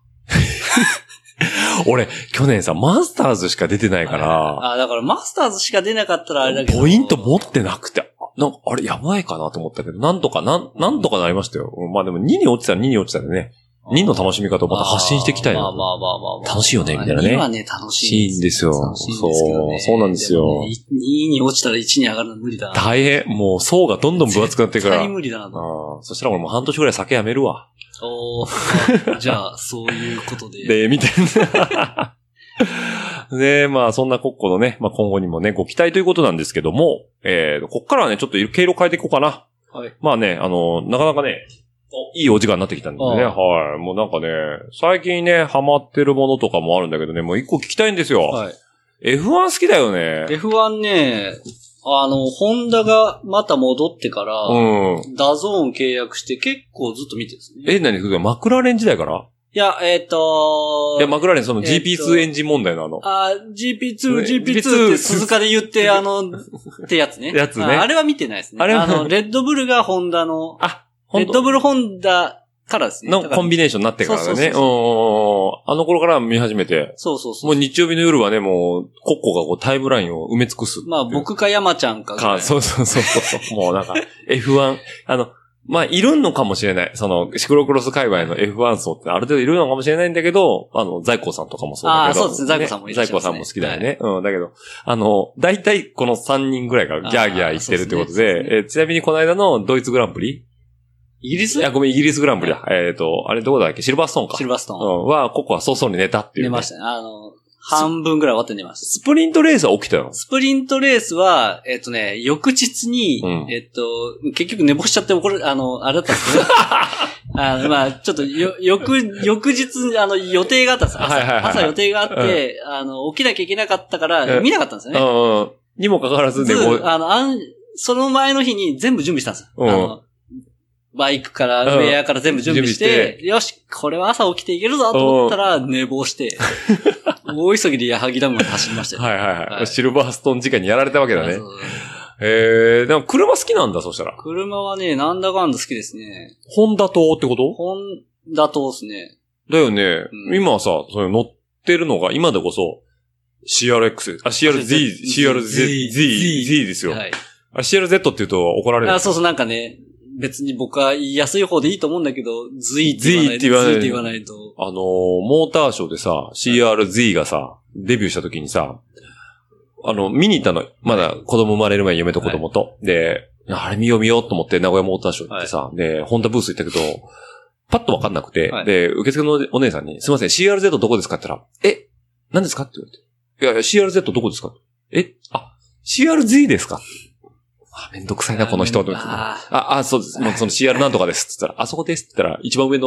B: 俺、去年さ、マスターズしか出てないから。
C: ああ、だからマスターズしか出なかったらあれだけど。
B: ポイント持ってなくて、なんか、あれやばいかなと思ったけど、なんとか、なん、なんとかなりましたよ。まあでもにに落ちたらにに落ちたらね。にの楽しみ方をまた発信していきたいな。
C: まあまあまあまあ、まあ。
B: 楽しいよね、みたいなね。
C: にはね、楽しい。
B: いいんですよ。
C: 楽しいんですけどね、
B: そう、そうなんですよ。
C: ね、にに落ちたらいちに上がるの無理だな。
B: 大変。もう層がどんどん分厚くなってくから。
C: 絶対無理だなと。
B: あそしたら俺もう半年ぐらい酒やめるわ。
C: おー。じゃあ、そういうことで。
B: で、みたいな。で、まあ、そんな国庫のね、まあ今後にもね、ご期待ということなんですけども、えー、こっからはね、ちょっと経路変えていこうかな。
C: はい。
B: まあね、あの、なかなかね、いいお時間になってきたんでね。はい。もうなんかね、最近ね、ハマってるものとかもあるんだけどね、もう一個聞きたいんですよ。はい。エフワン 好きだよね。
C: エフワン ね、あの、ホンダがまた戻ってから、うん。ダゾーン契約して結構ずっと見てるんですね。
B: え、何マクラーレン時代から
C: いや、えっ、ー、と
B: いや、マクラーレンその ジーピーツー エンジン問題のあの。
C: あ、ジーピーツー、ジーピーツー って鈴鹿で言って、あの、ってやつね。
B: やつね
C: あ。あれは見てないですね。あれは、あの、レッドブルがホンダの、
B: あ、
C: レッドブルホンダからですね。
B: のコンビネーションになってからね。そうそうそうそう。うん。あの頃から見始めて。
C: そうそうそう。
B: もう日曜日の夜はね、もう、コッコがこうタイムラインを埋め尽くす。
C: まあ僕か山ちゃんかぐらい。
B: か、そうそうそうそう。もうなんか、エフワン、あの、まあ、いるのかもしれない。その、シクロクロス界隈の エフワン 層ってある程度いるのかもしれないんだけど、あの、在庫さんとかもそうだけど。
C: ああ、そうですね。在庫さんもいらっしゃいますね。
B: 在庫さんも好きだよね。はい、うん。だけど、あの、大体このさんにんぐらいがギャーギャー言ってるってことで、でね、えちなみにこの間のドイツグランプリ
C: イギリス
B: いや、ごめん、イギリスグランプリだ。はい、えっ、ー、と、あれどこだっけシルバーストーンか。
C: シルバーストーン。
B: うん。は、ここは早々に寝たっていう、ね。
C: 寝ましたね。あの、半分ぐらい終わって寝ました。
B: スプリントレースは起きたの？
C: スプリントレースは、えっ、ー、とね、翌日に、うん、えっ、ー、と、結局寝坊しちゃって、これ、あの、あれだったんですけど、あの、まあちょっと、よ、翌、翌日、あの、予定があったんです。朝、はいはいはいはい、朝予定があって、うん、あの、起きなきゃいけなかったから、見なかったんですよね。
B: うんうん。にもかかわらず寝坊。
C: あの、あん、その前の日に全部準備したんですよ。うん、あのバイクから、ウェアから全部準備して、うん、してよし、これは朝起きていけるぞと思ったら寝坊して、大急ぎで矢作ダムまで走りましたよ。
B: はいはいはい。はい、シルバーストーン時間にやられたわけだね。へえー、でも車好きなんだ、そしたら。
C: 車はね、なんだかんだ好きですね。
B: ホンダ島ってこと？
C: ホンダ島ですね。
B: だよね。うん、今はさ、それ乗ってるのが、今でこそ、シーアールエックス、あ、シーアールゼット、シーアールゼット、Z ですよ。はい。あ、シーアールゼット って言うと怒られる。
C: あ、そうそう、なんかね、別に僕は言いやすい方でいいと思うんだけど、Z って言わないと。Z って言わないと。
B: あのー、モーターショーでさ、シーアールゼット がさ、デビューした時にさ、あの、見に行ったの。まだ子供生まれる前に嫁と子供と。はい、で、あれ見よう見ようと思って名古屋モーターショー行ってさ、はい、で、ホンダブース行ったけど、パッとわかんなくて、はい、で、受付のお姉さんに、すいません、シーアールゼット どこですかって言ったら、え、何ですかって言われて。いやいや、シーアールゼット どこですかえ、あ、シーアールゼット ですかあ、めんどくさいな、この人。あ、あ、そうです。もうその シーアール なんとかです。って言ったら、あそこですって言ったら、一番上の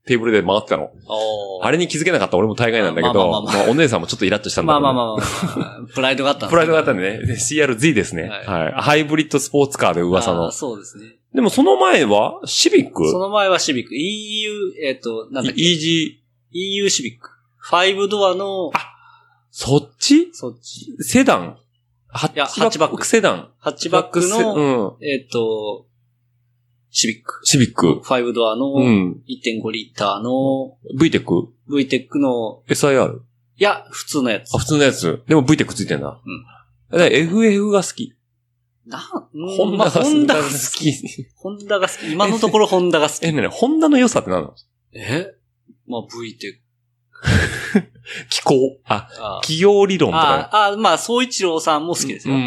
B: テーブルで回ってたの。あれに気づけなかった俺も大概なんだけど、まあまあまあまあ、まあ、お姉さんもちょっとイラッとしたんだけど、ね。まあまあまあまあ。
C: プライドがあったんですね。
B: プライドがあったんでね。シーアールゼット ですね。はい。はい、ハイブリッドスポーツカーで噂の。
C: そうですね。
B: でもその前はシビック？
C: その前はシビック。イーユー、えっ、ー、と、なんだっけ
B: イージー。
C: イーユー シビック。ファイブドアの、
B: あ、そっち
C: そっち。
B: セダンハッチバックセダン。
C: ハッチバックの、うん、えっ、ー、と、シビック。
B: シビック。
C: ファイブドアの、いってんごリッターの、
B: ブイテック？
C: ブイテック の、
B: エスアイアール？
C: いや、普通のやつ。
B: あ、普通のやつ。でも ブイテック ついてんだ。うん。だ エフエフ が好き。
C: な、
B: ホンダが好き。
C: ホンダが好き。今のところホンダが好き。
B: え、ねね、ホンダの良さって何なの？
C: えまあ ブイテック。
B: 気候。あ、あ企業理論とか。
C: ああ、まあ、総一郎さんも好きですよ。
B: うん。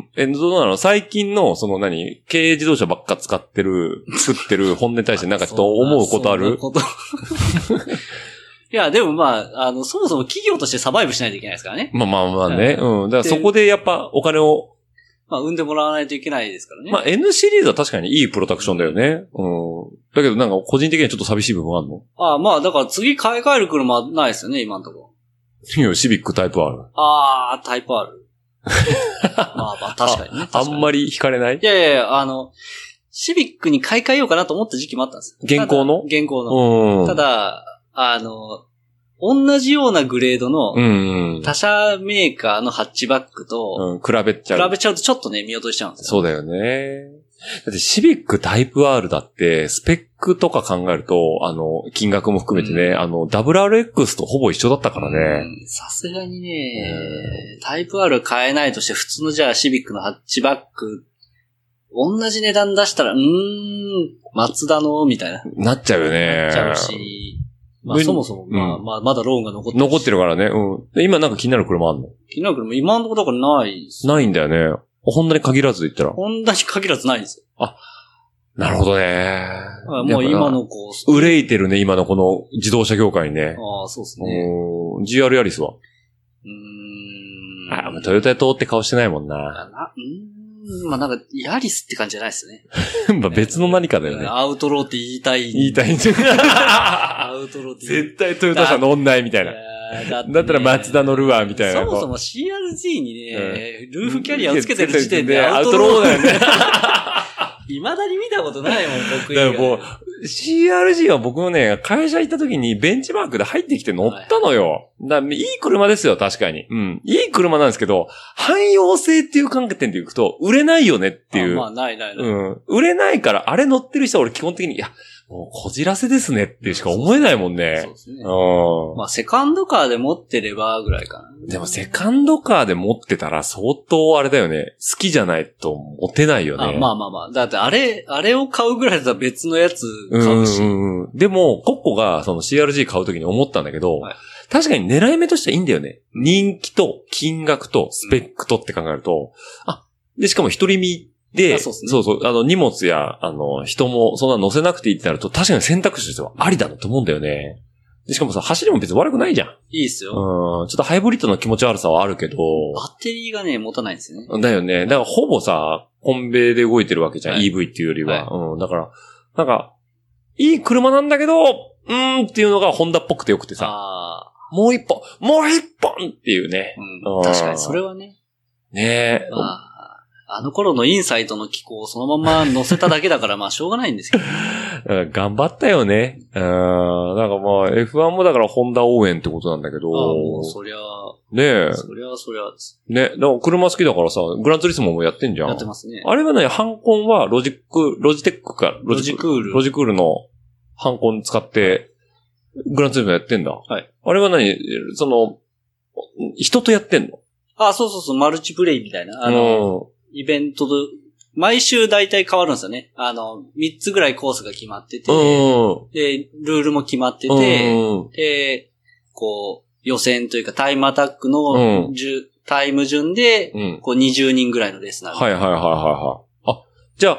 B: え、どうなの？最近の、その何、軽自動車ばっか使ってる、作ってる本音に対してなんかちょっと思うことある？
C: こといや、でもまあ、あの、そもそも企業としてサバイブしないといけないですからね。
B: まあまあまあね。うん。だからそこでやっぱお金を、
C: まあ、生んでもらわないといけないですからね。
B: まあ、N シリーズは確かにいいプロダクションだよね。うん。だけどなんか個人的にはちょっと寂しい部分あるの？
C: ああ、まあ、だから次買い替える車はないですよね、今のところ。
B: いや、シビックタイプ R。
C: ああ、タイプ R。まあまあ、確かにね。
B: あ, あんまり惹かれない？
C: いやいやいや、あの、シビックに買い替えようかなと思った時期もあったんです
B: よ。現行の？
C: 現行の。ただ、あの、同じようなグレードの他社メーカーのハッチバックと
B: 比べちゃう。
C: 比べちゃうとちょっとね、見落としちゃうんですよ。
B: そうだよね。だってシビックタイプ R だって、スペックとか考えると、あの、金額も含めてね、うん、あの、ダブリューアールエックス とほぼ一緒だったからね。
C: さすがにね、タイプ R 買えないとして、普通のじゃあシビックのハッチバック、同じ値段出したら、うーん、マツダの、みたいな。
B: なっちゃうよね。
C: なっちゃうし、まあそもそも、まあ、うん、まあまだローンが残ってる。
B: 残ってるからね。うん。で今なんか気になる車あんの？
C: 気になる車、今のところだからないです。
B: ないんだよね。ホンダに限らず言ったら。
C: ホンダに限らずないんですよ。
B: あ、なるほどね。
C: もう今のこう。
B: 憂いてるね、今のこの自動車業界にね。
C: ああ、そうですね。
B: ジーアール ヤリスは？
C: うーん。
B: あ、もうトヨタ通って顔してないもんな。
C: なうん。まあなんか、ヤリスって感じじゃないですね。
B: まあ別の何かだよね。
C: アウトローって言いたい。
B: 言いたいんじゃ
C: アウトローって言いたい。
B: 絶対トヨタ車乗んないみたいな。だ, ね、だったらマツダ乗るわ、みたいな。
C: そもそも シーアールジー にね、うん、ルーフキャリアをつけてる時点で
B: アウトローだよね。
C: 未だに見たことないもん、僕
B: だからもう、シーアールジー は僕もね、会社行った時にベンチマークで入ってきて乗ったのよ。だいい車ですよ、確かに。うん。いい車なんですけど、汎用性っていう観点でいくと、売れないよねっていう。
C: あまあ、ないないない。
B: うん。売れないから、あれ乗ってる人は俺基本的に、いや、もうこじらせですねってしか思えないもんね。
C: そうですね。うん。まあ、セカンドカーで持ってればぐらいかな。
B: でもセカンドカーで持ってたら相当あれだよね。好きじゃないと持てないよね。
C: あまあまあまあ。だってあれ、あれを買うぐらいだったら別のやつ買うし。
B: うんうん、でも、コッコがその シーアールジー 買うときに思ったんだけど、はい、確かに狙い目としてはいいんだよね。人気と金額とスペックとって考えると、うん、あ、で、しかも一人身で、そう, ね、そうそう、あの、荷物や、あの、人もそんな乗せなくていいってなると、確かに選択肢としてはありだなと思うんだよね。でしかもさ、走りも別に悪くないじゃん。
C: いいっすよ。
B: うん。ちょっとハイブリッドの気持ち悪さはあるけど。
C: バッテリーがね、持たないんですよね。
B: だよね。だからほぼさ、コンベで動いてるわけじゃん。はい、イーブイ っていうよりは、はい。うん。だから、なんか、いい車なんだけど、うーんっていうのがホンダっぽくてよくてさ。あもう一本もう一本っていうね。
C: うん。確かに、それはね。
B: ねえ。
C: まああの頃のインサイトの機構をそのまま乗せただけだから、まあしょうがないんですけど
B: ね。頑張ったよね。うん。なんかまあ エフワン もだからホンダ応援ってことなんだけど。
C: ああ、もうそりゃ。
B: ねえ。
C: そりゃそりゃです。
B: ね。だから車好きだからさ、グランツーリスモもやってんじゃん。
C: やってますね。
B: あれはね、ハンコンはロジック、ロジテックか、
C: ロジクール。
B: ロジクールのハンコン使って、グランツーリスモやってんだ。
C: はい。
B: あれは何その、人とやってんの？
C: ああ、そうそうそう、マルチプレイみたいな。あの、うんイベントで、毎週大体変わるんですよね。あの、三つぐらいコースが決まってて、で、ルールも決まってて、で、こう、予選というかタイムアタックの、うん、タイム順で、うん、こうにじゅうにんぐらいのレースになる。
B: はいはいはいはいはい。あ、じゃあ、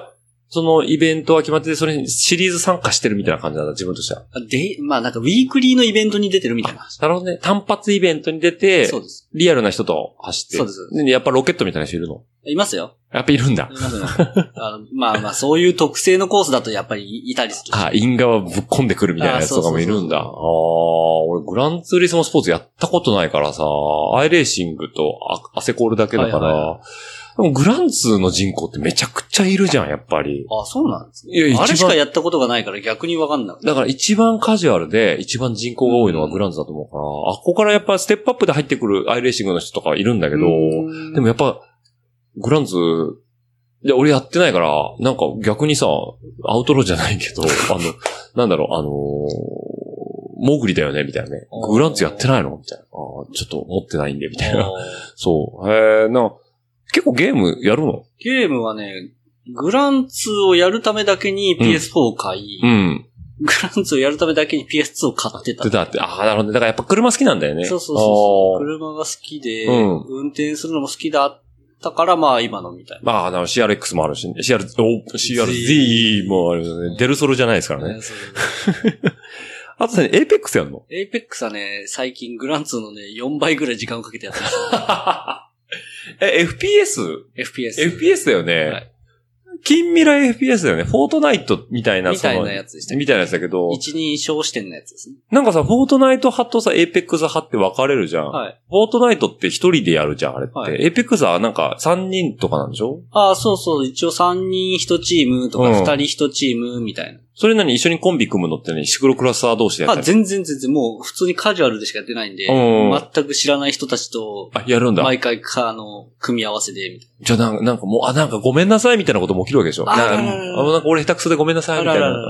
B: そのイベントは決まってて、それにシリーズ参加してるみたいな感じなんだ、自分としては。
C: で、まあなんかウィークリーのイベントに出てるみたいな。
B: なるほどね。単発イベントに出て、
C: そうです。
B: リアルな人と走って。
C: そうです。
B: でやっぱロケットみたいな人いるの？
C: いますよ。
B: やっぱいるんだ。
C: いますよ。あのまあまあそういう特性のコースだとやっぱりいたりする。
B: あ、因果はぶっ込んでくるみたいなやつとかもいるんだ。ああ、俺グランツーリスモスポーツやったことないからさ、アイレーシングとアセコールだけだから、はいはい、でもグランツーの人口ってめちゃくちゃいるじゃん、やっぱり。
C: あ、そうなんですね。いや、あれしかやったことがないから逆にわかんない。
B: だから一番カジュアルで一番人口が多いのはグランツーだと思うから、うん、あ、ここからやっぱステップアップで入ってくるアイレーシングの人とかいるんだけど、でもやっぱグランツー、いや、俺やってないから、なんか逆にさ、アウトローじゃないけど、あの、なんだろう、あのー、モグリだよね、みたいなね。グランツやってないのみたいな。あ、ちょっと持ってないんで、みたいな。そう。へえ、な、結構ゲームやるの？
C: ゲームはね、グランツーをやるためだけに ピーエスフォー を買い、うん。うん、グランツーをやるためだけに ピーエスツー を買ってた。
B: だって、ああ、なるほど。だからやっぱ車好きなんだよね。
C: そうそうそう。車が好きで、うん、運転するのも好きだったから、まあ今のみたいな。
B: まあ、な シーアールエックス もあるし、シーアール、お シーアールゼット もあるよね。デルソルじゃないですからね。ねあとね、エイペックスやんの？
C: エイペックスはね、最近グランツーのね、よんばいぐらい時間をかけてやってます。
B: え、エフピーエス？
C: エフピーエス。
B: エフピーエス だよね。はい。近未来 エフピーエス だよね。フォートナイトみたいな。
C: みたいなやつでした。
B: みたいなやつだけど。
C: 一人称視点のやつですね。
B: なんかさ、フォートナイト派とさ、エイペックス派って分かれるじゃん。はい。フォートナイトって一人でやるじゃん、あれって。はい。エイペックスはなんか三人とかなんでしょ？
C: ああ、そうそう。一応三人一チームとか二人一チームみたいな。
B: それ何一緒にコンビ組むのってね、シクロクラスター同士でやったり？
C: あ、全然全然もう普通にカジュアルでしかやってないんで、全く知らない人たちと、
B: あ、やるんだ。
C: 毎回か、あの、組み合わせで、みたいな。
B: じゃあなんか、なんかもう、あ、なんかごめんなさいみたいなことも起きるわけでしょ？ああ、なんか俺下手くそでごめんなさいみたいな。うん。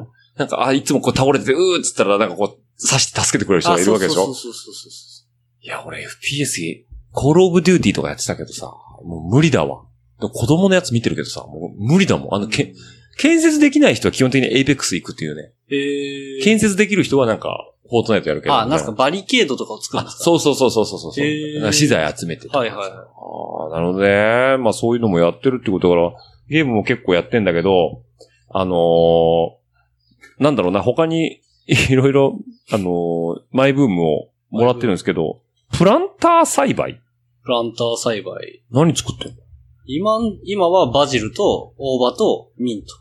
B: なんか、あ、いつもこう倒れてて、うーっつったらなんかこう、刺して助けてくれる人がいるわけでしょ？そうそうそうそうそう。いや、俺 エフピーエス、コールオブデューティーとかやってたけどさ、もう無理だわ。子供のやつ見てるけどさ、もう無理だもん。あの、け、うん建設できない人は基本的にエイペックス行くっていうね。へー。建設できる人はなんか、フォートナイトやるけど。
C: あ、なんすかバリケードとかを作るんですか？
B: そうそうそうそうそうそう。へー。資材集めて。はいはい。ああ、なるほどね。まあそういうのもやってるってことだから、ゲームも結構やってんだけど、あのー、なんだろうな、他にいろいろ、あのー、マイブームをもらってるんですけど、プランター栽培？
C: プランター栽培。
B: 何作ってんの？
C: 今、今はバジルと大葉とミント。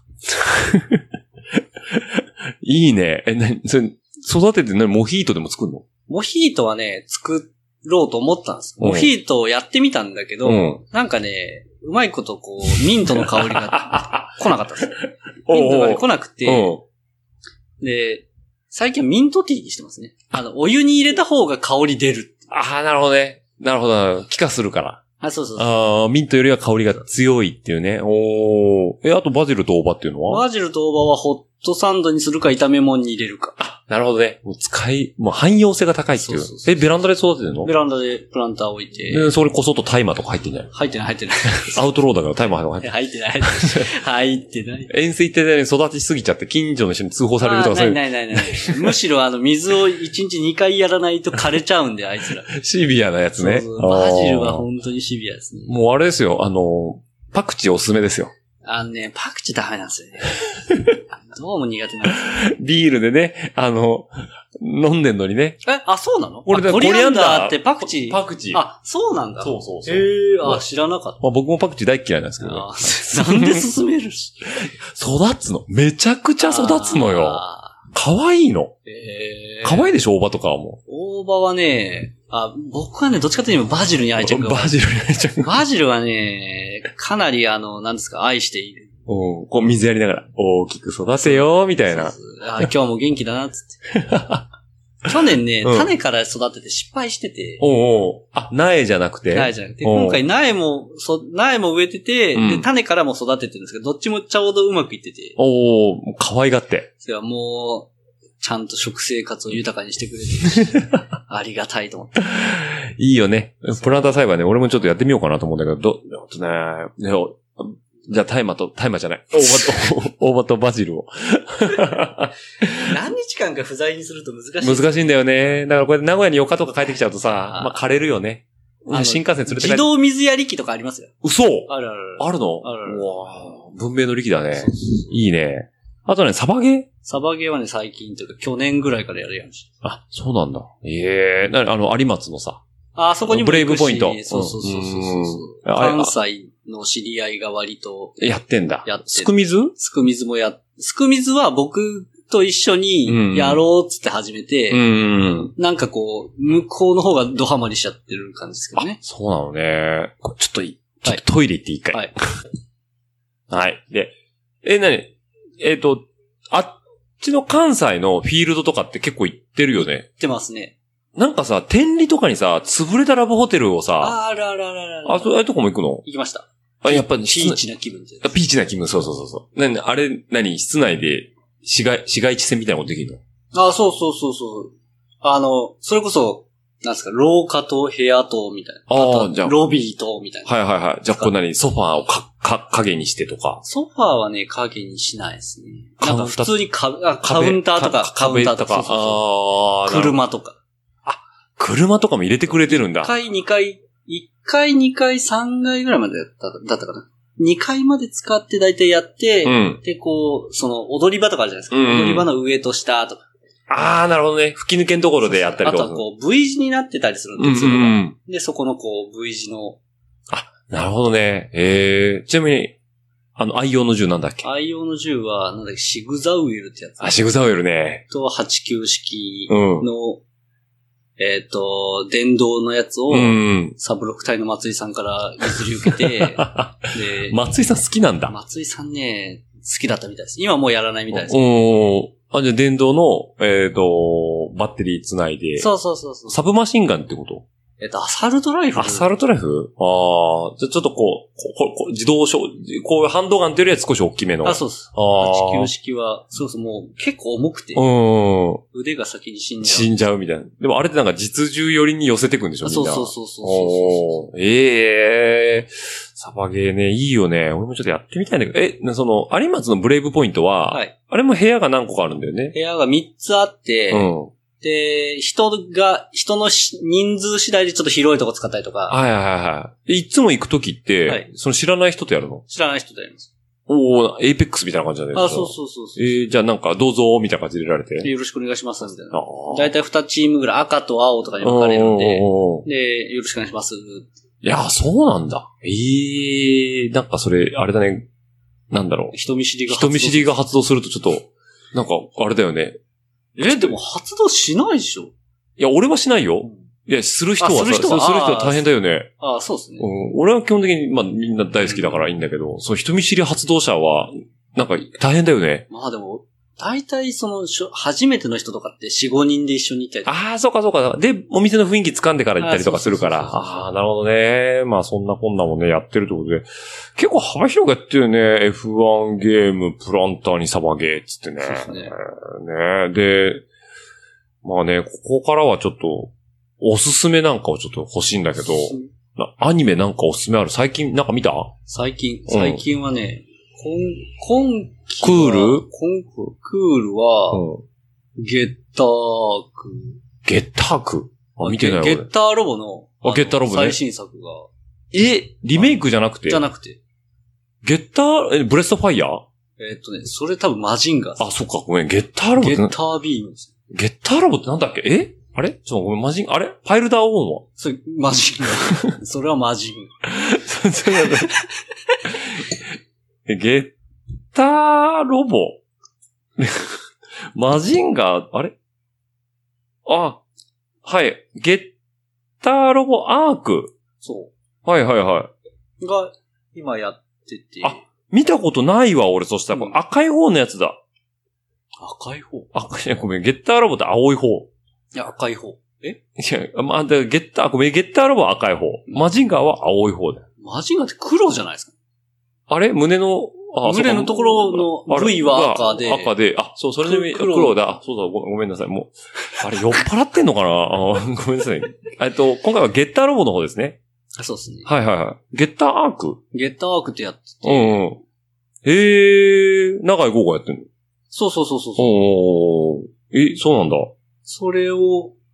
B: いいね。え、なに、それ、育てて何モヒートでも作るの？
C: モヒートはね、作ろうと思ったんです。モヒートをやってみたんだけど、うん、なんかね、うまいことこう、ミントの香りが来なかったんです。ミントが、ね、来なくて、で、最近はミントティーにしてますね。あの、お湯に入れた方が香り出る。
B: ああ、なるほどね。なるほど。気化するから。
C: あ、そうそうそう。
B: ああ、ミントよりは香りが強いっていうね。おー。え、あとバジルと大葉っていうのは？
C: バジルと大葉はホットサンドにするか炒め物に入れるか。
B: あ、なるほどね。もう使い、もう汎用性が高いっていう。そうそうそう。え、ベランダで育ててるの？
C: ベランダでプランター置いて。
B: で、それこそとタイマーとか入ってんじゃない？
C: 入ってない入ってない。
B: アウトローだからタイマー入ってない。
C: 入ってない入ってない。入ってない。
B: 塩水ってね、育ちすぎちゃって近所の人に通報されるとかそういう。
C: ないないないない。むしろあの、水をいちにちにかいやらないと枯れちゃうんで、あいつら。
B: シビアなやつね。
C: そうそう。バジルは本当にシビアですね。
B: もうあれですよ、あの、パクチーおすすめですよ。
C: あのね、パクチーダメなんですよね。どうも苦手なんですよ。
B: ビールでね、あの、飲んでんのにね。
C: え、あ、そうなの？
B: 俺だ、
C: コリアンダーってパクチー。
B: パクチー。
C: あ、そうなんだ。
B: そうそうそう。
C: へえー、あ、知らなかった。
B: まあ、僕もパクチー大嫌いなんですけど、ね。
C: あなんで進めるし。
B: 育つの。めちゃくちゃ育つのよ。可愛いの。えー、可愛いでしょ、大葉とかはもう。
C: 大葉はね、あ、僕はね、どっちかというとバジルに愛着が。
B: バジルに愛着が。
C: バジルはね、かなりあの、なんですか、愛している。
B: うん、こう水やりながら、大きく育てよ、みたいな。
C: そうそうあ、今日も元気だな、つって。去年ね、うん、種から育てて失敗してて。
B: おうおうあ、苗じゃなくて？
C: 苗じゃなくて。今回苗も、そ、苗も植えてて、うん、で、種からも育ててるんですけど、どっちもちょうどうまくいってて。
B: おお可愛がって。
C: それはもう、ちゃんと食生活を豊かにしてくれてるし、ありがたいと思って。
B: いいよね。プランター栽培ね、俺もちょっとやってみようかなと思うんだけど、ど、あとね、ねじゃあ、大麻と、大麻じゃない。大葉と、大葉とバジルを。
C: 何日間か不在にすると難しい。
B: 難しいんだよね。だからこれ名古屋によっかとか帰ってきちゃうとさ、まあ枯れるよね。 新幹線連れて帰って。
C: 自動水やり機とかありますよ。
B: 嘘
C: あるある。
B: あるの
C: あるある。
B: うわ文明の利器だね。そうそういいね。あとね、サバゲー
C: サバゲーはね、最近というか去年ぐらいからやるやんし。
B: あ、そうなんだ。ええー、なあの、有松のさ。
C: あ、そこにも
B: ブレイブポイント。
C: そうそうそうそうそう。関西の知り合いが割と。
B: やってんだ。
C: やって
B: すくみず
C: すくみずもや、すくみずは僕と一緒にやろうっつって始めて、うん、なんかこう、向こうの方がドハマりしちゃってる感じですけどね。
B: そうなのね。ちょっといい、ちょっとトイレ行っていいかい。はい。はい。で、え、なにえっと、あっちの関西のフィールドとかって結構行ってるよね。
C: 行ってますね。
B: なんかさ、天理とかにさ、潰れたラブホテルをさ、
C: ああらあらあらあら。
B: あ、そういうとこも行くの？
C: 行きました。
B: あ、やっぱり、
C: ピーチな気分で。
B: ピーチな気分、そうそうそうそう。なに、あれ、何室内で、市街、市街地戦みたいなことできる
C: の？あ、そうそうそうそう。あの、それこそ、なんですか、廊下と部屋と、みたいな。ああ、じゃあ。ロビーと、みたいな。
B: はいはいはい。じゃあ、こう何ソファーをか、か、影にしてとか。
C: ソファーはね、影にしないですね。なんか普通にカあカウンターとか、カウンターとか。そうそうそうああ。車とか。
B: 車とかも入れてくれてるんだ。
C: いっかい、にかい、いっかい、にかい、さんかいぐらいまでだった、だったかな。にかいまで使って大体やって、うん、で、こう、その、踊り場とかあるじゃないですか。うん、踊り場の上と下とか。
B: ああ、なるほどね。吹き抜けのところでやったりとか。
C: あとはこう、V 字になってたりするんですよ。うんうん、で、そこのこう、V 字の。
B: あ、なるほどね。ええー、ちなみに、あの、愛用の銃なんだっけ？
C: 愛用の銃は、なんだっけ、シグザウエルってやつ。
B: あ、シグザウエルね。
C: と、はちきゅう式の、うんえっ、ー、と、電動のやつを、サブロック隊の松井さんから譲り受けて、
B: で、松井さん好きなんだ。
C: 松井さんね、好きだったみたいです。今はもうやらないみたいです。
B: おあ、じゃあ電動の、えっ、ー、と、バッテリーつないで。
C: そうそうそうそう。
B: サブマシンガンってこと？
C: えっと、アサルトライフル。
B: アサルトライフル？ああ、じゃあちょっとこう、ここ自動小、こういうハンドガンっていうよりは少し大きめの。
C: あ、そうです。はちきゅう式は、そうそう、もう結構重くて。うん。腕が先に死んじゃう。
B: 死んじゃうみたいな。でもあれってなんか実銃寄りに寄せてくんでしょ、みんな。
C: そうそうそうそう。
B: ええー。サバゲーね、いいよね。俺もちょっとやってみたいんだけど。え、その、有松のブレイブポイントは、はい。あれも部屋が何個かあるんだよね。
C: 部屋がみっつあって、うん。で、人が、人の人数次第でちょっと広いとこ使ったりとか。
B: はいはいはい。いつも行くときって、はい、その知らない人とやるの？
C: 知らない人とやります。
B: おー、エイペックスみたいな感じだね。
C: あ、そうそうそうそう。
B: えー、じゃあなんか、どうぞ、みたいな感じで入れられて。
C: よろしくお願いします、みたいな。だいたいにチームぐらい赤と青とかに分かれるんで、で、よろしくお願いします。
B: いや、そうなんだ。ええー、なんかそれ、あれだね、なんだろう。
C: 人見知りが
B: 発動。人見知りが発動するとちょっと、なんか、あれだよね。
C: え、でも発動しないでしょ？
B: いや、俺はしないよ。いや、する人はさ、する人は、する人は大変だよね。
C: ああ、そうですね。
B: うん。俺は基本的に、まあ、みんな大好きだからいいんだけど、うん、その人見知り発動者は、なんか、大変だよね。
C: まあでも、大体その、初めての人とかってよん、ごにんで一緒に行ったりとか。
B: ああ、そうかそうか。で、お店の雰囲気掴んでから行ったりとかするから。ああ、なるほどね。まあ、そんなこんなもね、やってるってことで。結構幅広くやってるよね。エフワン ゲーム、プランターにサバゲーっつってね。そうですね。ねで、まあね、ここからはちょっと、おすすめなんかをちょっと欲しいんだけど、アニメなんかおすすめある？最近なんか見た？
C: 最近、最近はね、今、今期は、
B: クール今
C: クールは、うん、ゲッターク。
B: ゲッタークあ、見てない
C: ゲッターロボの、
B: あ、ゲッターロボね。
C: 最新作が。
B: え、リメイクじゃなくて？
C: じゃなくて。
B: ゲッター、え、ブレストファイヤー？
C: えー、っとね、それ多分マジンガー。
B: あ、そっか、ごめん、ゲッターロボ
C: ゲッタービームです。
B: ゲッターロボってなんだっけ？えあれちょっとごめん、マジン、あれパイルダーオーンは
C: それ、マジンガー。それはマジンガー。
B: ゲッターロボマジンガー、あれあ、はい。ゲッターロボアーク。
C: そ
B: う。はいはいはい。
C: が、今やってて。
B: あ、見たことないわ、俺。そしたら、うん、赤い方のやつだ。
C: 赤い方
B: 赤い、ごめん、ゲッターロボって青い方。い
C: や、赤い方。え
B: いや、まあ、ゲッター、ごめん、ゲッターロボは赤い方。マジンガーは青い方だよ。
C: マジンガーって黒じゃないですか？
B: あれ胸の、
C: あ、胸のところの部位は赤で。
B: 赤で、あ、そう、それで黒, 黒だ。そうだご、ごめんなさい。もう、あれ酔っ払ってんのかなあごめんなさい。えっと、今回はゲッターロボの方ですね。
C: あ、そうですね。
B: はいはいはい。ゲッターアーク
C: ゲッターアークってやってて。
B: うんうん。へえ、長井豪がやってんの？
C: そうそうそうそう。
B: おー。え、そうなんだ。
C: それを、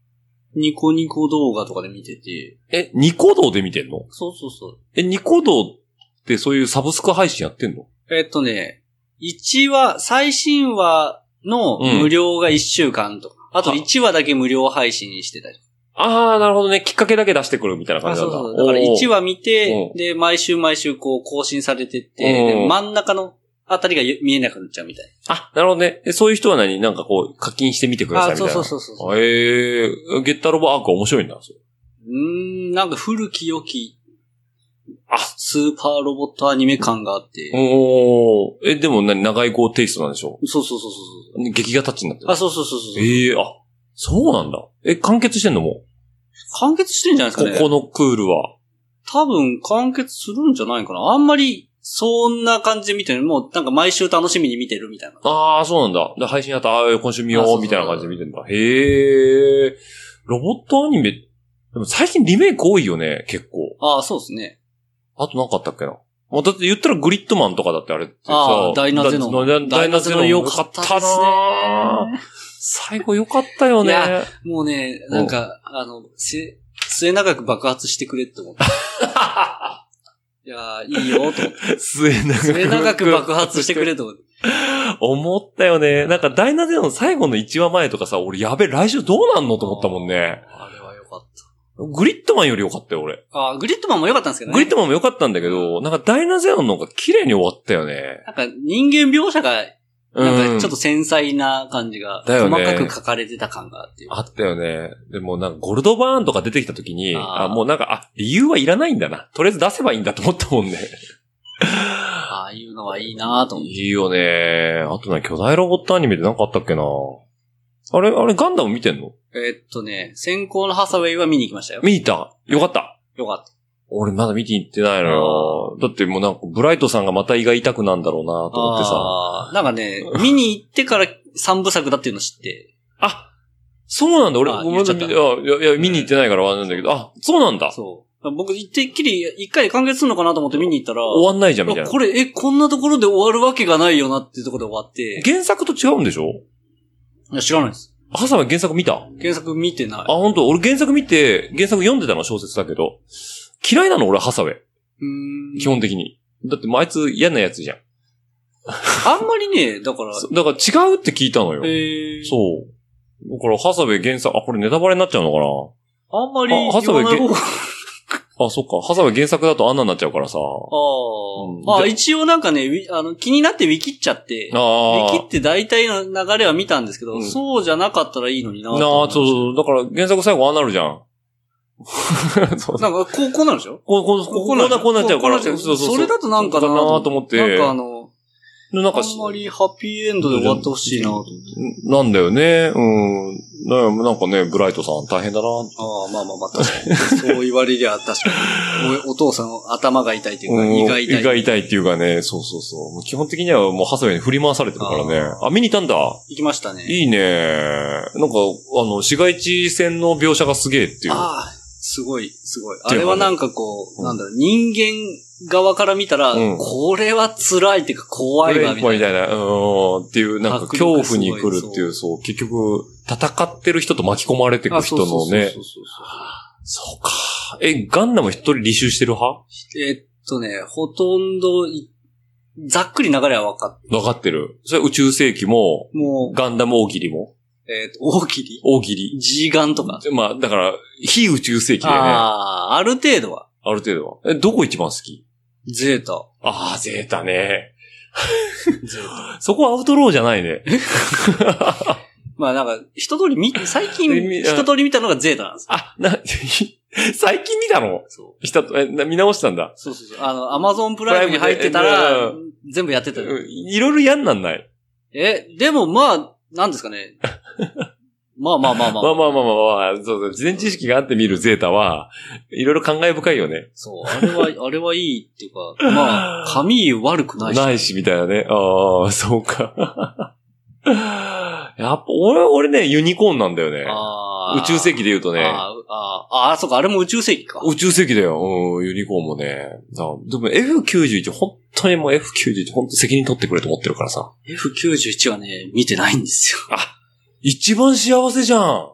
C: ニコニコ動画とかで見てて。
B: え、ニコ動で見てんの？
C: そうそうそう。
B: え、ニコ動ってそういうサブスク配信やってんの？
C: えっとね、いちわ、最新話の無料がいっしゅうかんとか、うん、あといちわだけ無料配信にしてたり。
B: ああ、なるほどね。きっかけだけ出してくるみたいな感じなんだ。
C: そうそう。だからいちわ見て、で、毎週毎週こう更新されてって、で真ん中のあたりが見えなくなっちゃうみたい。
B: あ、なるほどね。そういう人は何なんかこう、課金してみてくださいみたいな。あ、そうそうそうそう。ええー、ゲッタロボアーク面白いんだ。それ
C: うーん、なんか古き良き、あ、スーパーロボットアニメ感があって。
B: おー。え、でも何長いこうテイストなんでしょ？
C: そうそうそうそう。
B: 劇画タッチになってる。
C: あ、そうそうそうそう。
B: ええー、あ、そうなんだ。え、完結してんのもう？
C: 完結してんじゃないですかね。
B: ここのクールは。
C: 多分完結するんじゃないかな。あんまり、そんな感じで見てる。もうなんか毎週楽しみに見てるみたいな。
B: ああ、そうなんだ。で配信やった、ああ、今週見よう、みたいな感じで見てんだ。へえ。ロボットアニメ、でも最近リメイク多いよね、結構。
C: ああ、そうですね。
B: あと何かあったっけな。もうだって言ったらグリッドマンとかだってあれってさ。
C: ああ、ダイナゼノン。
B: ダイナゼノン良かったなぁ。最後良かったよね。いや、
C: もうね、なんか、あの、せ、末長く爆発してくれって思った。いやー、いいよ、と思って。末長く。末長く爆発してくれと思って。
B: 思ったよね。なんか、ダイナゼノン最後のいちわまえとかさ、俺やべ、来週どうなんのと思ったもんね。
C: あれは良かった。
B: グリッドマンより良かったよ、俺。
C: あグリッドマンも良かったんですけどね。
B: グリッドマンも良かったんだけど、なんかダイナゼノンの方が綺麗に終わったよね。
C: なんか、人間描写が、なんかちょっと繊細な感じが、細かく書かれてた感があっていう。
B: あったよね。でもなんかゴルドバーンとか出てきた時に、あもうなんか、あ、理由はいらないんだな。とりあえず出せばいいんだと思ったもんね。
C: ああいうのはいいなと思って。
B: いいよね。あとね、巨大ロボットアニメでなんかあったっけな。あれ、あれガンダム見てんの？
C: えー、っとね、先行のハサウェイは見に行きましたよ。
B: 見に行った？よかった。
C: よかった。
B: 俺まだ見に行ってないのよ。だってもうなんか、ブライトさんがまた胃が痛くなんだろうなと思ってさ。
C: あなんかね、見に行ってから三部作だっていうの知って。
B: あ、そうなんだ。俺、ごめんなさい。いや、いや、見に行ってないからわかんないんだけど、あ、そうなんだ。
C: そう。僕、一てっきり一回で完結するのかなと思って見に行ったら。
B: 終わんないじゃん、みたいな。
C: これ、え、こんなところで終わるわけがないよなっていうところで終わって。
B: 原作と違うんでしょ？
C: いや、知らないです。
B: ハサウェイ原作見た？
C: 原作見てない。あ、
B: 本当？俺原作見て、原作読んでたのは小説だけど、嫌いなの俺ハサウェイ。うーん基本的に。だってもうあいつ嫌なやつじゃん。
C: あんまりね、だから。
B: だから違うって聞いたのよ。
C: へ
B: そう。だからハサウェイ原作、あ、これネタバレになっちゃうのかな？
C: あんまり言わない方が。
B: あ、そっか。ハサウェイ原作だとあんなになっちゃうからさ。あ、
C: うん、あ。一応なんかね、あの、気になってウィキっちゃって、あウィキって大体の流れは見たんですけど、うん、そうじゃなかったらいいのになぁ。
B: なあ、そうそう。だから原作最後ああなるじゃん。
C: そうなんか、こう、こうなるでしょ
B: こう、こう、こう、こうな、こうなっちゃうから。
C: そうそうそう。それだとなんかな
B: と思って。
C: なんかあの、
B: なんか
C: あんまりハッピーエンドで終わってほしいなと思って。
B: なんだよね。うん。なんかね、ブライトさん大変だな。
C: ああ、まあまあまあ、確かに。そう言われりゃ確かに。お, お父さん頭が痛いっていうか、胃が痛い。
B: 胃が痛いっていうかね、そうそうそう。基本的にはもうハサウェイに振り回されてるからね。あ, あ、見に行ったんだ。
C: 行きましたね。
B: いいね。なんか、あの、市街地線の描写がすげえっていう。
C: ああ。すごい、すごい。あれはなんかこう、うん、なんだろう、人間側から見たら、うん、これは辛いっていうか怖いわ、みたいな。みたいな。うん。っていう、なんか恐怖に来るっていう、そう、結局、戦ってる人と巻き込まれていく人のね。そうそうそうそう。そうか。え、ガンダム一人履修してる派？えっとね、ほとんど、ざっくり流れは分かってる。
B: 分かってる。それ宇宙世紀も、もう、ガンダム大喜利も
C: えっと、大喜利
B: 大喜利。
C: G ガンとか。
B: まあ、だから、非宇宙世紀だよね。
C: ああ、ある程度は。
B: ある程度は。え、どこ一番好き？
C: ゼータ。
B: ああ、ゼータね。ゼータ。そこはアウトローじゃないね。
C: まあなんか、一通り見、最近、一通り見たのがゼータなんです。
B: あ、な、最近見たの？そう。一え、見直したんだ。
C: そうそうそう。あの、アマゾンプライムに入ってたら、全部やってたよ。
B: いろいろ嫌になんない？
C: え、でもまあ、なんですかね。まあまあまあまあ。
B: まあまあまあまあまあ、そうそう。事前知識があって見るゼータは、いろいろ感慨深いよね。
C: そう。あれは、あれはいいっていうか、まあ、髪悪くないし。
B: ないし、みたいなね。ああ、そうか。やっぱ、俺、俺ね、ユニコーンなんだよね。あ宇宙世紀で言うとね。
C: ああ、ああ、そうか、あれも宇宙世紀か。
B: 宇宙世紀だよ。うん、ユニコーンもね。でも エフきゅうじゅういち、本当にもう エフきゅうじゅういち、本当責任取ってくれと思ってるからさ。
C: エフきゅうじゅういち はね、見てないんですよ。
B: あ、一番幸せじゃん。
C: あ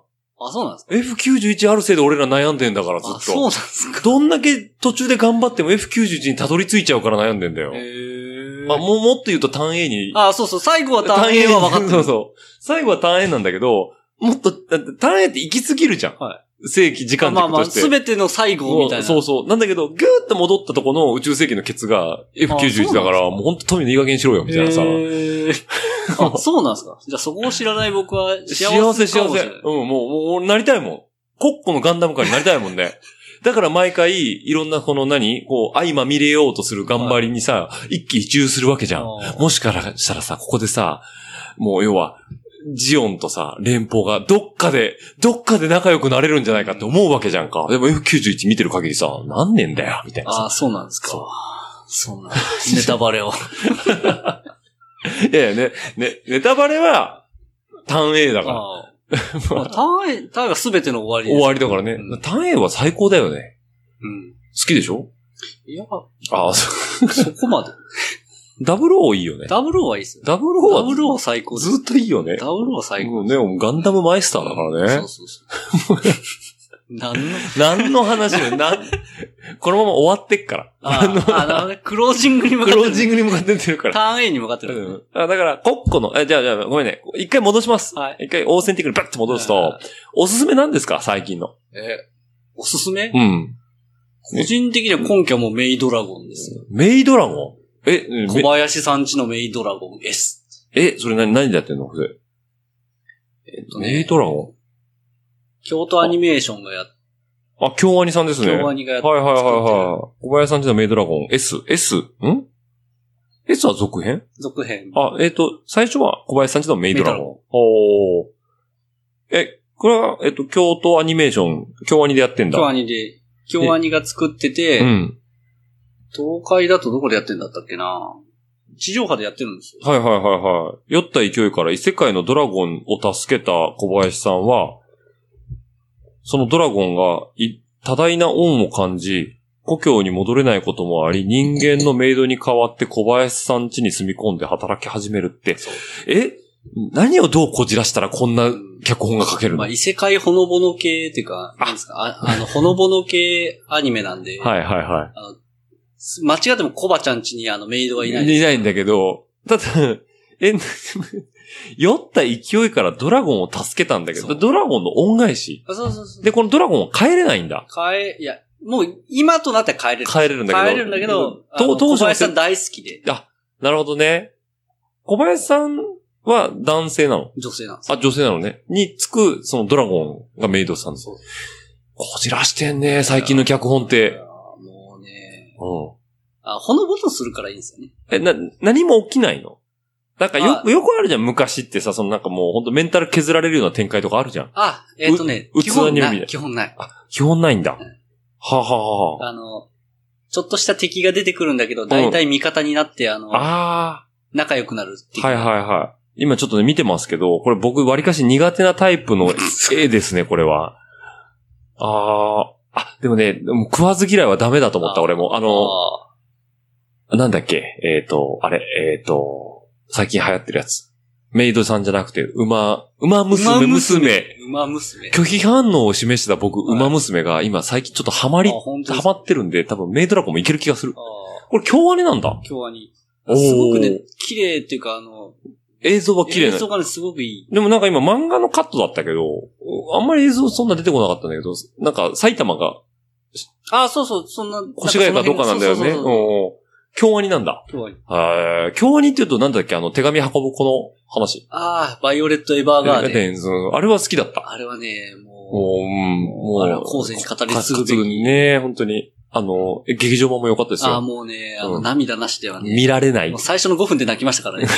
C: あ、そうなんですか
B: エフきゅうじゅういち あるせいで俺ら悩んでんだからずっと。
C: あ、そうなんですか。
B: どんだけ途中で頑張っても エフきゅうじゅういち にたどり着いちゃうから悩んでんだよ。
C: へー。
B: まあ、もう、もっと言うと単 A に。
C: あ、そうそう、最後は単 A は分かってる。
B: そうそう。最後は単 A なんだけど、もっと、だって単 A って行き過ぎるじゃん。
C: はい。
B: 世紀時間軸として。まあまあ、
C: すべての最後みたいな。
B: そうそう。なんだけど、ぐーっと戻ったとこの宇宙世紀のケツが エフきゅうじゅういち だから、もうほんと富のいい加減にしろよ、みたいなさ。
C: へあ、そうなんですか。じゃあそこを知らない僕は幸せ
B: 幸せ幸せ。うん、もう、もう、なりたいもん。コッコのガンダム界になりたいもんね。だから毎回、いろんなこの何こう、相まみれようとする頑張りにさ、はい、一喜一憂するわけじゃん。もしかしたらさ、ここでさ、もう要は、ジオンとさ、連邦がどっかで、どっかで仲良くなれるんじゃないかって思うわけじゃんか。でも エフきゅうじゅういち 見てる限りさ、何年だよ、みたいなさ。
C: ああ、そうなんですか。そう。そんな、ネタバレを。
B: いやいやね、ね、ネタバレは、単 A だから。
C: あまあ、単 A、単 A が全ての終わりです。
B: 終わりだからね。うん、単 A は最高だよね。
C: うん。
B: 好きでしょ？
C: いや、
B: ああ、そ、
C: そこまで。
B: ダブルオーいいよね。
C: ダブルオーはいいっすよ。
B: ダブルオーは
C: ダブルオー最高です。
B: ずっといいよね。
C: ダブルオー最高。
B: ね、ガンダムマイスターだからね。
C: そうそうそう。何の
B: 何の話よ。なん、このまま終わってっから。
C: ああ、なるほどね。クロージングに向かってる。
B: クロージングに向かってってるから。
C: ターン A に向かってる。
B: うん。だから、コッコの、え、じゃあ、じゃあ、ごめんね。一回戻します。
C: はい。
B: 一回オーセンティックにパッと戻すと、おすすめなんですか最近の。
C: え、おすすめ
B: うん。
C: 個人的には今期はもうメイドラゴンですよ。
B: メイドラゴンえ、
C: 小林さんちのメイドラゴン S。
B: え、それ何、何でやってんのそれ。えっとね。メイドラゴン
C: 京都アニメーションがやっ
B: あ、京アニさんですね。
C: 京アニがやって
B: はいはいはいはい。小林さんちのメイドラゴン S。S? ん ?S は続編
C: 続編。
B: あ、えっと、最初は小林さんちのメイドラゴン。おー。え、これは、えっと、京都アニメーション、京アニでやってんだ。
C: 京アニで、京アニが作ってて、うん。東海だとどこでやってんだったっけな地上波でやってるんですよ。
B: はいはいはいはい。酔った勢いから異世界のドラゴンを助けた小林さんは、そのドラゴンが多大な恩を感じ、故郷に戻れないこともあり、人間のメイドに代わって小林さん家に住み込んで働き始めるって、え何をどうこじらしたらこんな脚本が書けるの、
C: まあ、異世界ほのぼの系っていうか、なんですか、あ, あの、ほのぼの系アニメなんで、
B: はいはいはい。あ
C: の間違ってもコバちゃん家にあのメイドはいないです。
B: いないんだけど、ただ、え、酔った勢いからドラゴンを助けたんだけど、ドラゴンの恩返し。
C: そうそうそう。
B: で、このドラゴンは帰れないんだ。
C: 帰、いや、もう今となっては帰れる。
B: 帰れるんだけど。
C: 帰れるんだけど、
B: 当
C: 小林さん大好きで。
B: あ、なるほどね。小林さんは男性なの？
C: 女性なんです。
B: あ、女性なのね。につく、そのドラゴンがメイドさんです。こじらしてんね、最近の脚本って。
C: もうね。
B: うん。
C: あ、ほのぼとするからいいんですよね。
B: え、な、何も起きないの？なんかよく、よくあるじゃん、昔ってさ、そのなんかもうほんとメンタル削られるような展開とかあるじゃん。
C: あ、えっ、ー、とね、基本ない。基本ない。
B: あ、基本ないんだ。うん、はあ、はあはあ、
C: あの、ちょっとした敵が出てくるんだけど、大体味方になって、あの、
B: あ
C: 仲良くなるっていう。
B: はいはいはい。今ちょっとね、見てますけど、これ僕割かし苦手なタイプの絵ですね、これは。ああ、あ、でもね、も食わず嫌いはダメだと思った、俺も。あの、あなんだっけ、えっ、ー、と、あれ、えっ、ー、と、最近流行ってるやつ。メイドさんじゃなくて、馬、馬娘、娘。
C: 馬娘。
B: 拒否反応を示してた僕、はい、馬娘が今最近ちょっとハマり、ハマってるんで、多分メイドラゴンもいける気がする。これ京アニなんだ。
C: 京アニ。すごくね、綺麗っていうか、あの、
B: 映像は綺麗な。
C: 映像がね、すごくいい。
B: でもなんか今漫画のカットだったけど、あんまり映像そんな出てこなかったんだけど、なんか埼玉が、
C: あ、そうそう、そんな。
B: 越谷かどうかなんだよね。京アニなんだ。
C: 京アニ。
B: はい。京アニって言うとなんだっけあの手紙運ぶこの話。
C: ああ、バイオレット・エヴァーガーデン。
B: あれは好きだった。
C: あれはね、もう、
B: もう、うん、もう、
C: あれは後世に語り継ぐべき。
B: ね、本当に。あの、劇場版も良かったですよ。
C: ああ、もうね、あの、涙なしではね。
B: 見られない。
C: もう最初のごふんで泣きましたからね。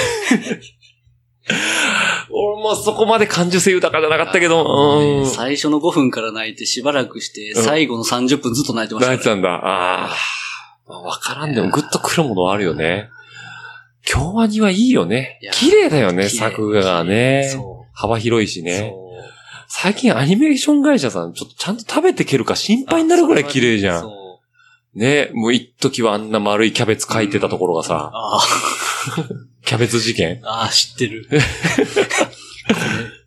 B: 俺もそこまで感受性豊かじゃなかったけど、
C: うん、最初のごふんから泣いてしばらくして、最後のさんじゅっぷんずっと泣いてました、ね。
B: 泣いてたんだ。ああ。わからんでもグッとくるものはあるよね。京アニはいいよね。綺麗だよね、作画がね。幅広いしね。最近アニメーション会社さん、ちょっとちゃんと食べてけるか心配になるぐらい綺麗じゃん。ね、もう一時はあんな丸いキャベツ描いてたところがさ。ああ。キャベツ事件。
C: ああ、知ってる。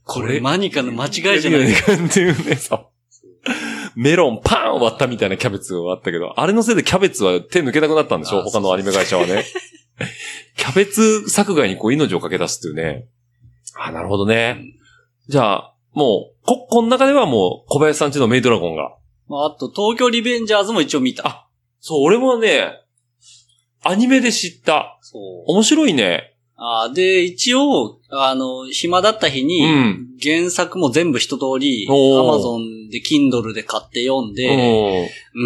C: これ何かの間違いじゃない
B: かっていうね、そう。メロンパーン割ったみたいなキャベツがあったけど、あれのせいでキャベツは手抜けなくなったんでしょ？他のアニメ会社はね。キャベツ作外にこう命をかけ出すっていうね。あ、なるほどね。うん、じゃあ、もう、こ、この中ではもう小林さんちのメイドラゴンが。
C: まあ、あと東京リベンジャーズも一応見た。
B: あ、そう、俺もね、アニメで知った。そう。面白いね。
C: あで、一応、あの、暇だった日に、うん、原作も全部一通り、Amazon で Kindle で買って読んで、うん、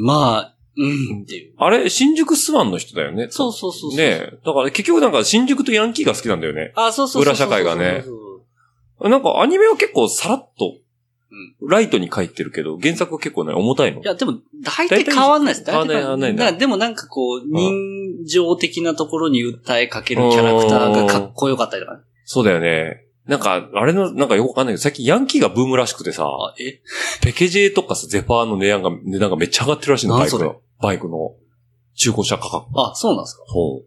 C: まあ、うんっていう。
B: あれ、新宿スワンの人だよね。
C: そうそうそうそう。
B: ねだから結局なんか新宿とヤンキーが好きなんだよね。
C: あ、そうそうそう。
B: 裏社会がね。なんかアニメは結構さらっと、うん、ライトに書いてるけど、原作は結構ね、重たいの。
C: いや、でも、大体変わんないです。
B: 大体変わんないんだ。
C: でもなんかこう、人情的なところに訴えかけるキャラクターがかっこよかったりとかね。
B: そうだよね。なんか、あれの、なんかよくわかんないけど、最近ヤンキーがブームらしくてさ、
C: あえ
B: ペケジェとかさ、ゼファーの値段が、値段がめっちゃ上がってるらしいの、バイクの。バイクの中古車価格。
C: あ、そうなんですか？
B: そう。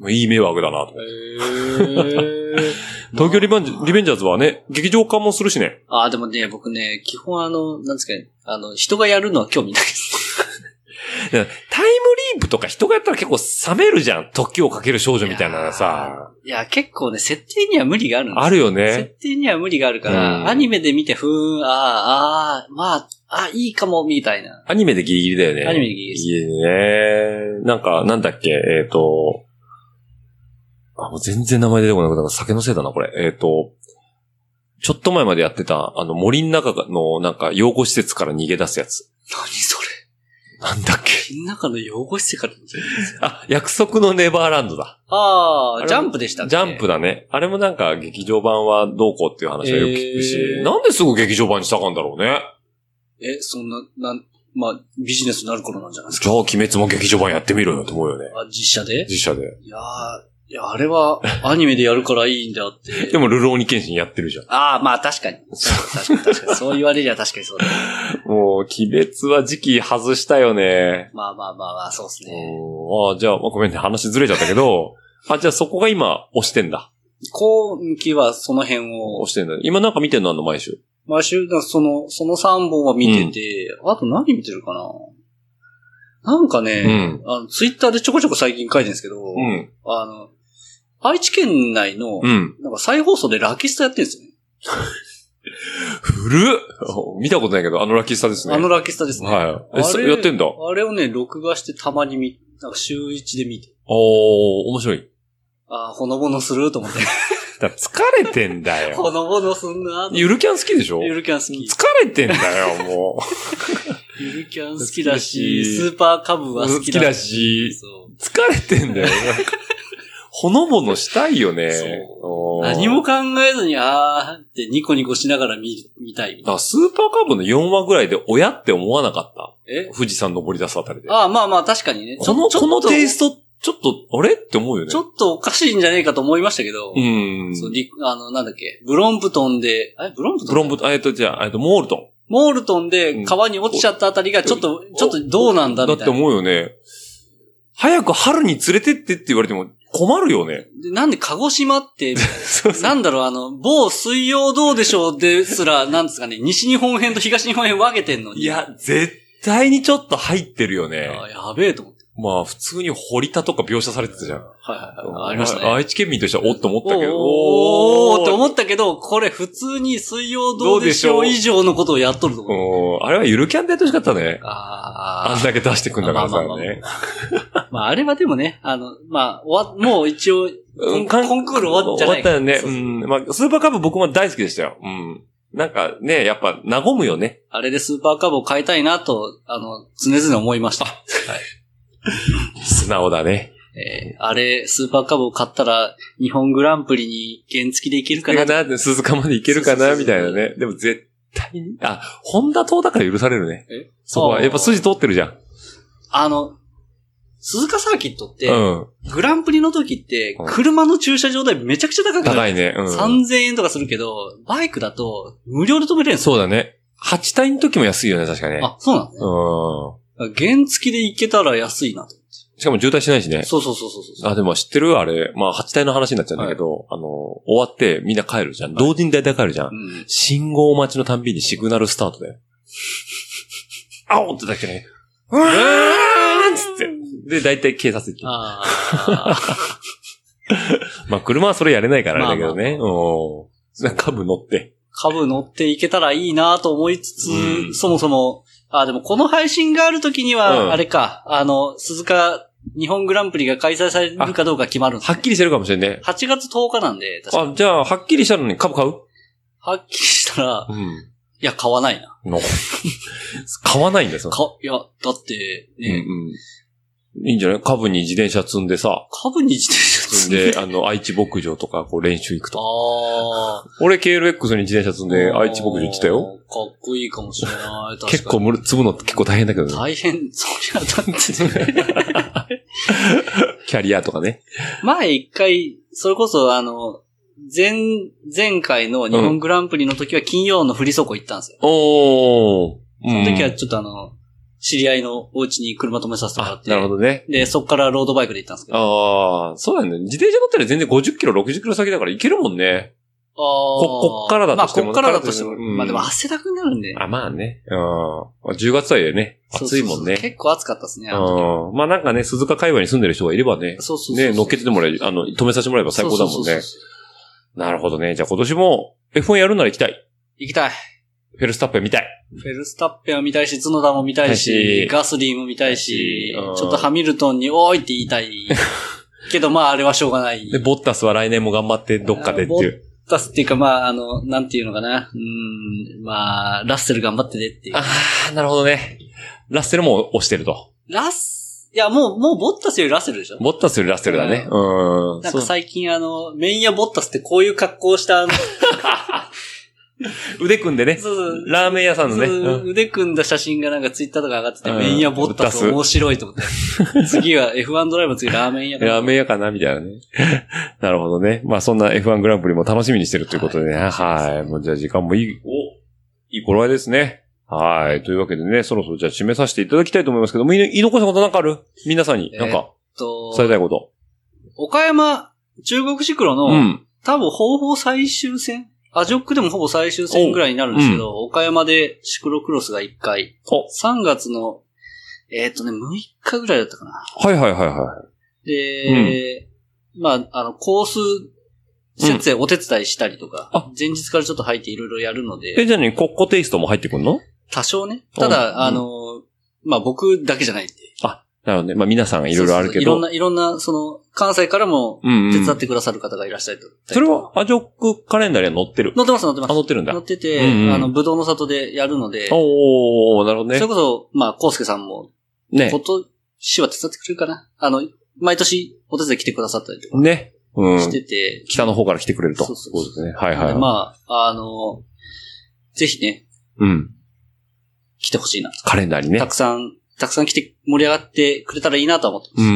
B: いい迷惑だなと。へー。東京リベンジ、リベンジャーズはね、劇場化もするしね。
C: あ、でもね、僕ね、基本あの、なんですかね、あの、人がやるのは興味ないです。
B: タイムリープとか人がやったら結構冷めるじゃん。時をかける少女みたいなさ。
C: いや、結構ね、設定には無理があるんですよ。
B: あるよね。
C: 設定には無理があるから、うん、アニメで見て、ふーん、ああ、ああ、まあ、あいいかも、みたいな。
B: アニメでギリギリだよね。
C: アニメでギリギリです。
B: ギリギリね。なんか、なんだっけ、えっと、あ、もう全然名前出てこなくなる。酒のせいだな、これ。えっと、ちょっと前までやってた、あの、森の中の、なんか、養護施設から逃げ出すやつ。
C: 何それ？
B: なんだっけ？
C: 森の中の養護施設から逃げ出すやつ。
B: あ、約束のネバーランドだ。
C: ああ、ジャンプでしたっけ？
B: ジャンプだね。あれもなんか、劇場版はどうこうっていう話はよく聞くし、えー、なんですぐ劇場版にしたかんだろうね。
C: え、そんな、なん、まあ、ビジネスになる頃なんじゃないですか。
B: じゃあ、鬼滅も劇場版やってみろよと思うよね。
C: あ、実写で？
B: 実写で。
C: いやー、いや、あれはアニメでやるからいいんだって。
B: でも、ルローニケンシンやってるじゃん。
C: ああ、まあ確かに。確かに確かに。そう言われりゃ確かにそうだ、ね。
B: もう、鬼滅は時期外したよね。
C: まあまあまあまあ、そうですね。
B: ああ、じゃあ、ごめんね、話ずれちゃったけど、あ、じゃあそこが今、押してんだ。
C: 今期はその辺を。
B: 押してんだ。今なんか見てんのあんの、毎週。
C: 毎週、その、そのさんぼんは見てて、うん、あと何見てるかななんかね、うん、あの、ツイッターでちょこちょこ最近書いてるんですけど、うん、あの、愛知県内の、うん、なんか再放送でラキスタやってるんですよね。
B: 古っ見たことないけど、あのラキスタですね。
C: あのラキスタですね。
B: はい。え、そやってんだ。
C: あれをね、録画してたまに見、なんか週一で見て。
B: おー、面白い。
C: あー、ほのぼのすると思って。
B: だ疲れてんだよ。
C: ほのぼのすんな。
B: ゆるキャン好きでしょ？
C: ゆるキャン好き。
B: 疲れてんだよ、もう。
C: ゆるキャン好きだし、スーパーカブは好きだし。
B: 好きだし、疲れてんだよ。ほのぼのしたいよね。
C: そう。何も考えずに、あーってニコニコしながら見、見たい。
B: だからスーパーカブのよんわぐらいで親って思わなかった。え？富士山登り出すあたりで。
C: ああ、まあまあ確かにね。
B: この、このテイスト、ちょっと、あれって思うよね。
C: ちょっとおかしいんじゃねえかと思いましたけど。うん。そう、あの、なんだっけ、ブロンプトンで、あれブロンプトン
B: ブロンプトン、えっと、じゃあ、えっと、モールトン。
C: モールトンで川に落ちちゃったあたりがちょっと、うん、ちょっとどうなんだみたいな。
B: だって思うよね。早く春に連れてってって言われても困るよね。
C: でなんで鹿児島って、そうそうなんだろう、あの、某水曜どうでしょうですら、なんですかね、西日本編と東日本編分けてんのに。
B: いや、絶対にちょっと入ってるよね。
C: あやべえと思って。
B: まあ、普通に堀田とか描写されてたじゃん。
C: はいはいはい。ありましたね。
B: 愛知県民としてはおっと思ったけど。
C: おーって思ったけど、これ普通に水曜どうでしょう以上のことをやっとると思う。
B: あれはゆるキャンでやってほしかったね。
C: ああ。
B: あんだけ出してくんだからさね。
C: まあ、あれはでもね、あの、まあ、わ、もう一応、コンクール終わっちゃない。
B: 終わったよね。うん。まあ、スーパーカブ僕も大好きでしたよ。うん。なんかね、やっぱ、和むよね。
C: あれでスーパーカブを買いたいなと、あの、常々思いました。はい。
B: 素直だね。
C: えー、あれ、スーパーカブを買ったら、日本グランプリに原付でいけるかな。
B: かな鈴鹿までいけるかなみたいなね。でも絶対に、あ、ホンダ島だから許されるね。えそこは、やっぱ筋通ってるじゃん。
C: あの、鈴鹿サーキットって、うん、グランプリの時って、車の駐車場代めちゃくちゃ高くなる。
B: 高いね。うん、
C: さんぜんえんとかするけど、バイクだと無料で止めれるんです
B: よ。そうだね。はち体の時も安いよね、確かね。
C: あ、そうなんですね。うん。原付で行けたら安いなと思って。
B: しかも渋滞しないしね。
C: そうそうそうそうそう。
B: あ、でも知ってるあれ。まあ、はち体の話になっちゃうんだけど、はい、あの、終わってみんな帰るじゃん。同時に大体帰るじゃん。うん、信号待ちのたんびにシグナルスタートだよ。あおってだけね。うわーんつって。で、大体警察行って。あまあ、車はそれやれないからあれだけどね。まあまあまあ、お株乗って。
C: 株乗っていけたらいいなと思いつつ、うん、そもそも、あ、でもこの配信があるときには、あれか、うん、あの、鈴鹿日本グランプリが開催されるかどうか決まるんです、ね、
B: はっきりしてるかもしれんね。
C: はちがつとおかなんで、
B: 確かに。あ、じゃあ、はっきりしたのに株買う？
C: はっきりしたら、うん、いや、買わないな。
B: の買わないんだよ、
C: か、いや、だって、ね、
B: うんうん、いいんじゃない？株に自転車積んでさ。
C: 株に自転車積んで、
B: で、あの、愛知牧場とか、こう練習行くと。ああ。俺 ケーエルエックス に自転車積んで愛知牧場行ってたよ。
C: かっこいいかもしれない。
B: 結構積むのって結構大変だけどね。
C: 大変、そりゃだってね。
B: キャリアとかね。
C: 前一回、それこそあの、前、前回の日本グランプリの時は金曜の振り底行ったんですよ。
B: おー。
C: その時はちょっとあの、知り合いのお家に車止めさせてもらって。
B: なるほどね。
C: で、そっからロードバイクで行ったんですけど。
B: ああ、そうだね。自転車乗ったら全然ごじゅっキロ、ろくじゅっキロ先だから行けるもんね。ああ。こ、こっからだとしても。
C: まあ、こっからだとしても。うん、まあでも汗だくになるんで。
B: あ、まあね。うん。じゅうがつはいでね。暑いもんね。そうそうそう、
C: 結構暑かったですね。
B: うん。まあなんかね、鈴鹿界隈に住んでる人がいればね。
C: そうそうそうそう。
B: ね、乗っけててもらえ、あの、止めさせてもらえば最高だもんね。そうそうそうそう。なるほどね。じゃあ今年も エフワン やるなら行きたい。
C: 行きたい。
B: フェルスタッペン見たい。
C: フェルスタッペンは見たいし、角田も見たいし、ガスリーも見たいし、ちょっとハミルトンにおーいって言いたい。けどまああれはしょうがない。
B: で、ボッタスは来年も頑張ってどっかでっていう。
C: ボッタスっていうかまああの、なんていうのかな。うん、まあ、ラッセル頑張ってねっていう。
B: ああ、なるほどね。ラッセルも押してると。
C: ラッセいや、もう、もう、ボッタスよりラッセルでしょ？
B: ボッタスよりラッセルだね。うん。
C: なんか最近あの、メインやボッタスってこういう格好をしたあの、
B: 腕組んでね。
C: そうそう。
B: ラーメン屋さんのね。
C: うん、腕組んだ写真がなんかツイッターとか上がってて、うん、メインやボッタス面白いと思って。次は エフワン ドライブ次ラーメン屋かな。
B: ラーメン屋かなみたいなね。なるほどね。まあそんな エフワン グランプリも楽しみにしてるということでね。はい。はい、もうじゃあ時間もいい、お、いい頃合いですね。はい。というわけでね、そろそろじゃあ締めさせていただきたいと思いますけども、言い残したことなんかある？皆さんに。なんか、伝えたいこと。
C: 岡山中国シクロの、うん、多分ほぼ最終戦アジョックでもほぼ最終戦ぐらいになるんですけど、うん、岡山でシクロクロスがいっかい。さんがつの、えっ、ー、とね、むいかぐらいだったかな。
B: はいはいはいはい。
C: で、うん、まあ、あの、コース設営お手伝いしたりとか、うん、前日からちょっと入っていろいろやるので。
B: え、じゃあね、コッコテイストも入ってくんの？
C: 多少ね。ただ、うん、あの、まあ僕だけじゃないんで。
B: あ、なるほどね。まあ皆さんがいろいろあるけど。
C: そうそうそういろんな、いろんな、その、関西からも手伝ってくださる方がいらっしゃると。うんうん、
B: それはアジョックカレンダーには載ってる？
C: 載ってます、載ってます。
B: あ、載ってるんだ。
C: 載ってて、うんうん、あの、ぶどうの里でやるので。
B: おー、なるほどね。
C: それこそ、まあ、コウスケさんも、ね。今年は手伝ってくれるかな。あの、毎年お手伝い来てくださったりとか。
B: ね。うん。
C: してて。
B: 北の方から来てくれると。
C: そうそうそう。
B: そうですね。はいはい。
C: まあ、あの、ぜひね。
B: うん。
C: 来てほしいな。
B: カレンダーにね。
C: たくさん、たくさん来て盛り上がってくれたらいいなと思ってます。
B: うん。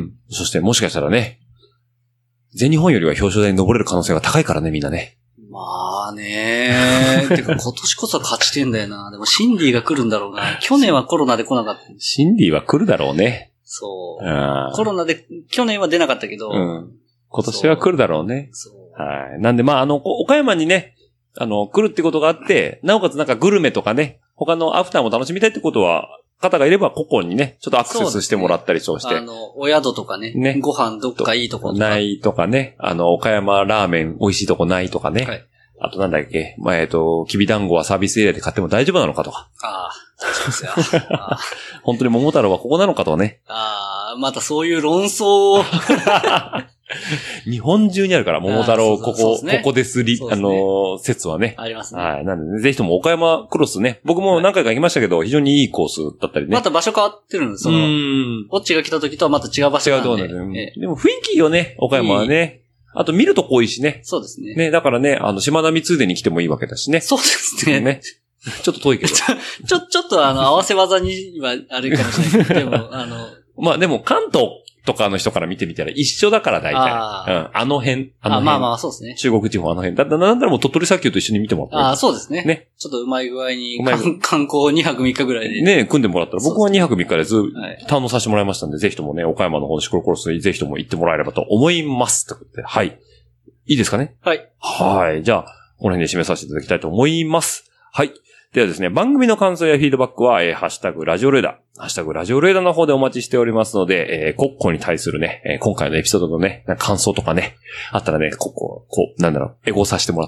B: そしてもしかしたらね、全日本よりは表彰台に登れる可能性が高いからね、みんなね。
C: まあねー。てか今年こそ勝ちてんだよな。でもシンディが来るんだろうな。去年はコロナで来なかった。
B: シンディは来るだろうね。
C: そう。コロナで、去年は出なかったけど。
B: うん。今年は来るだろうね。そう。はい。なんでまあ、あの、岡山にね、あの、来るってことがあって、なおかつなんかグルメとかね、他のアフターも楽しみたいってことは、方がいれば個々にね、ちょっとアクセスしてもらったりそうして。
C: ね、あの、お宿とかね。ね。ご飯どっかいいとこ
B: ないとかね。あの、岡山ラーメン美味しいとこないとかね。はい。あとなんだっけ。まあ、えっと、きびだんごはサービスエリアで買っても大丈夫なのかとか。
C: ああ、そうですよ。あ
B: 本当に桃太郎はここなのかとかね。
C: ああ、またそういう論争を。
B: 日本中にあるから、桃太郎、ここ、ここですり、あの、説はね。
C: ありますね。
B: はい。なんでね、ぜひとも岡山クロスね。僕も何回か行きましたけど、非常にいいコースだったりね。
C: また場所変わってるんです。その、オッチが来た時とはまた違う場所なんで。
B: 違うとこなんで。でも雰囲気いいよね、岡山はね。あと見るとこ多いしね。
C: そうですね。
B: ね、だからね、あの、島並通でに来てもいいわけだしね。
C: そうですね。
B: ね。ちょっと遠いけど。
C: ちょ、ちょっとあの、合わせ技にはあれかもしれないけど、でも、あの、
B: まあでも関東、 とかの人から見てみたら一緒だから大体。あ,、うん、あの辺、あの辺。
C: あまあまあそうですね。
B: 中国地方あの辺。だったらなんだらもう鳥取砂丘と一緒に見てもらったらいい。
C: ああ、そうですね。ね。ちょっとうまい具合に観光にはくみっかぐらいで。
B: ね、組んでもらったら、僕はにはくみっかでずっと堪能させてもらいましたんで、はい、ぜひともね、岡山の方のシクロクロスにぜひとも行ってもらえればと思います。ということで、はい。いいですかね？
C: はい。
B: はい。じゃあ、この辺で締めさせていただきたいと思います。はい。ではですね、番組の感想やフィードバックは、えー、ハッシュタグラジオレーダー、ハッシュタグラジオレーダーの方でお待ちしておりますので、えー、コッコに対するね、えー、今回のエピソードのね、感想とかね、あったらね、コッコ、こう、なんだろう、エゴさせてもらって。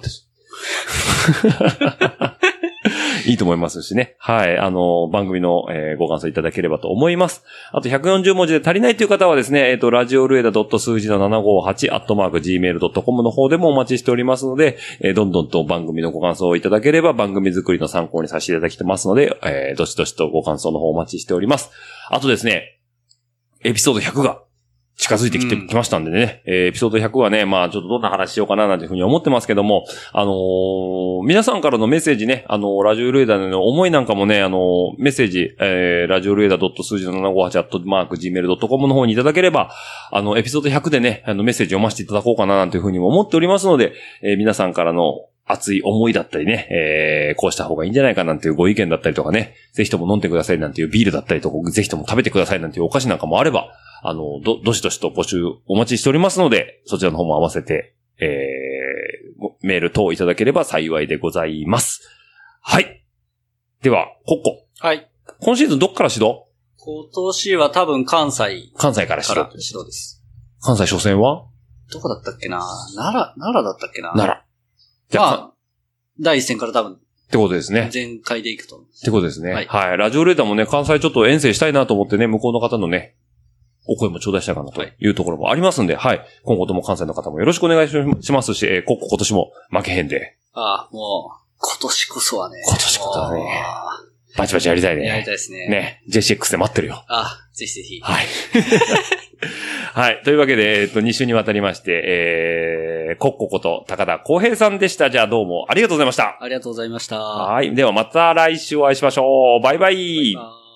B: いいと思いますしね。はい。あの、番組の、えー、ご感想いただければと思います。あとひゃくよんじゅうもじで足りないという方はですね、えっと、ラジオルエダ数字のななごはちアットマーク ジーメールドットコム の方でもお待ちしておりますので、えー、どんどんと番組のご感想をいただければ番組作りの参考にさせていただきますので、えー、どしどしとご感想の方お待ちしております。あとですね、エピソードひゃくが近づいてきてきましたんでね、うん、えー、エピソードひゃくはね、まあちょっとどんな話しようかななんていうふうに思ってますけども、あのー、皆さんからのメッセージね、あのー、ラジオルエダの思いなんかもね、あのー、メッセージ、えー、ラジオルエダ数字のななごはちアットマーク ジーメールドットコム の方にいただければ、あの、エピソードひゃくでね、あの、メッセージ読ませていただこうかななんていうふうにも思っておりますので、えー、皆さんからの熱い思いだったりね、えー、こうした方がいいんじゃないかなんていうご意見だったりとかね、ぜひとも飲んでくださいなんていうビールだったりとか、ぜひとも食べてくださいなんていうお菓子なんかもあれば、あの、ど、どしどしと募集お待ちしておりますので、そちらの方も合わせて、えー、メール等いただければ幸いでございます。はい。では、コッコ。
C: はい。
B: 今シーズンどっから指導？
C: 今年は多分関西。
B: 関西から指導。
C: 指導です。
B: 関西初戦は
C: どこだったっけな？奈良、奈良だったっけな？
B: 奈良。
C: じゃあ、まあ、第一戦から多分。
B: ってことですね。
C: 全開でいくと思う。
B: ってことですね。
C: はい。
B: はい。ラジオレーダーもね、関西ちょっと遠征したいなと思ってね、向こうの方のね、お声も頂戴したいかなというところもありますんで、はい。今後とも関西の方もよろしくお願いしますし、えー、こ、今年も負けへんで。
C: ああ、もう、今年こそはね。
B: 今年こそはね。バチバチやりたいね。
C: やりたいですね。
B: ね。ジェイシーエックス で待ってるよ。
C: ああ、ぜひぜひ。
B: はい。はい。というわけで、えっと、に週にわたりまして、えー、コッコこと高田光平さんでした。じゃあどうもありがとうございました。
C: ありがとうございました。
B: はい。ではまた来週お会いしましょう。バイバイ。バイバイ。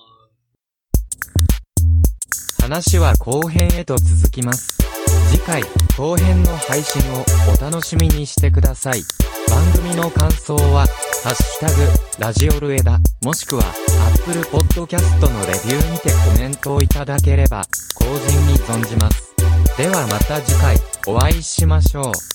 D: 話は後編へと続きます。次回後編の配信をお楽しみにしてください。番組の感想はハッシュタグラジオルエダもしくは Apple Podcast のレビューにてコメントをいただければ後人に存じます。ではまた次回お会いしましょう。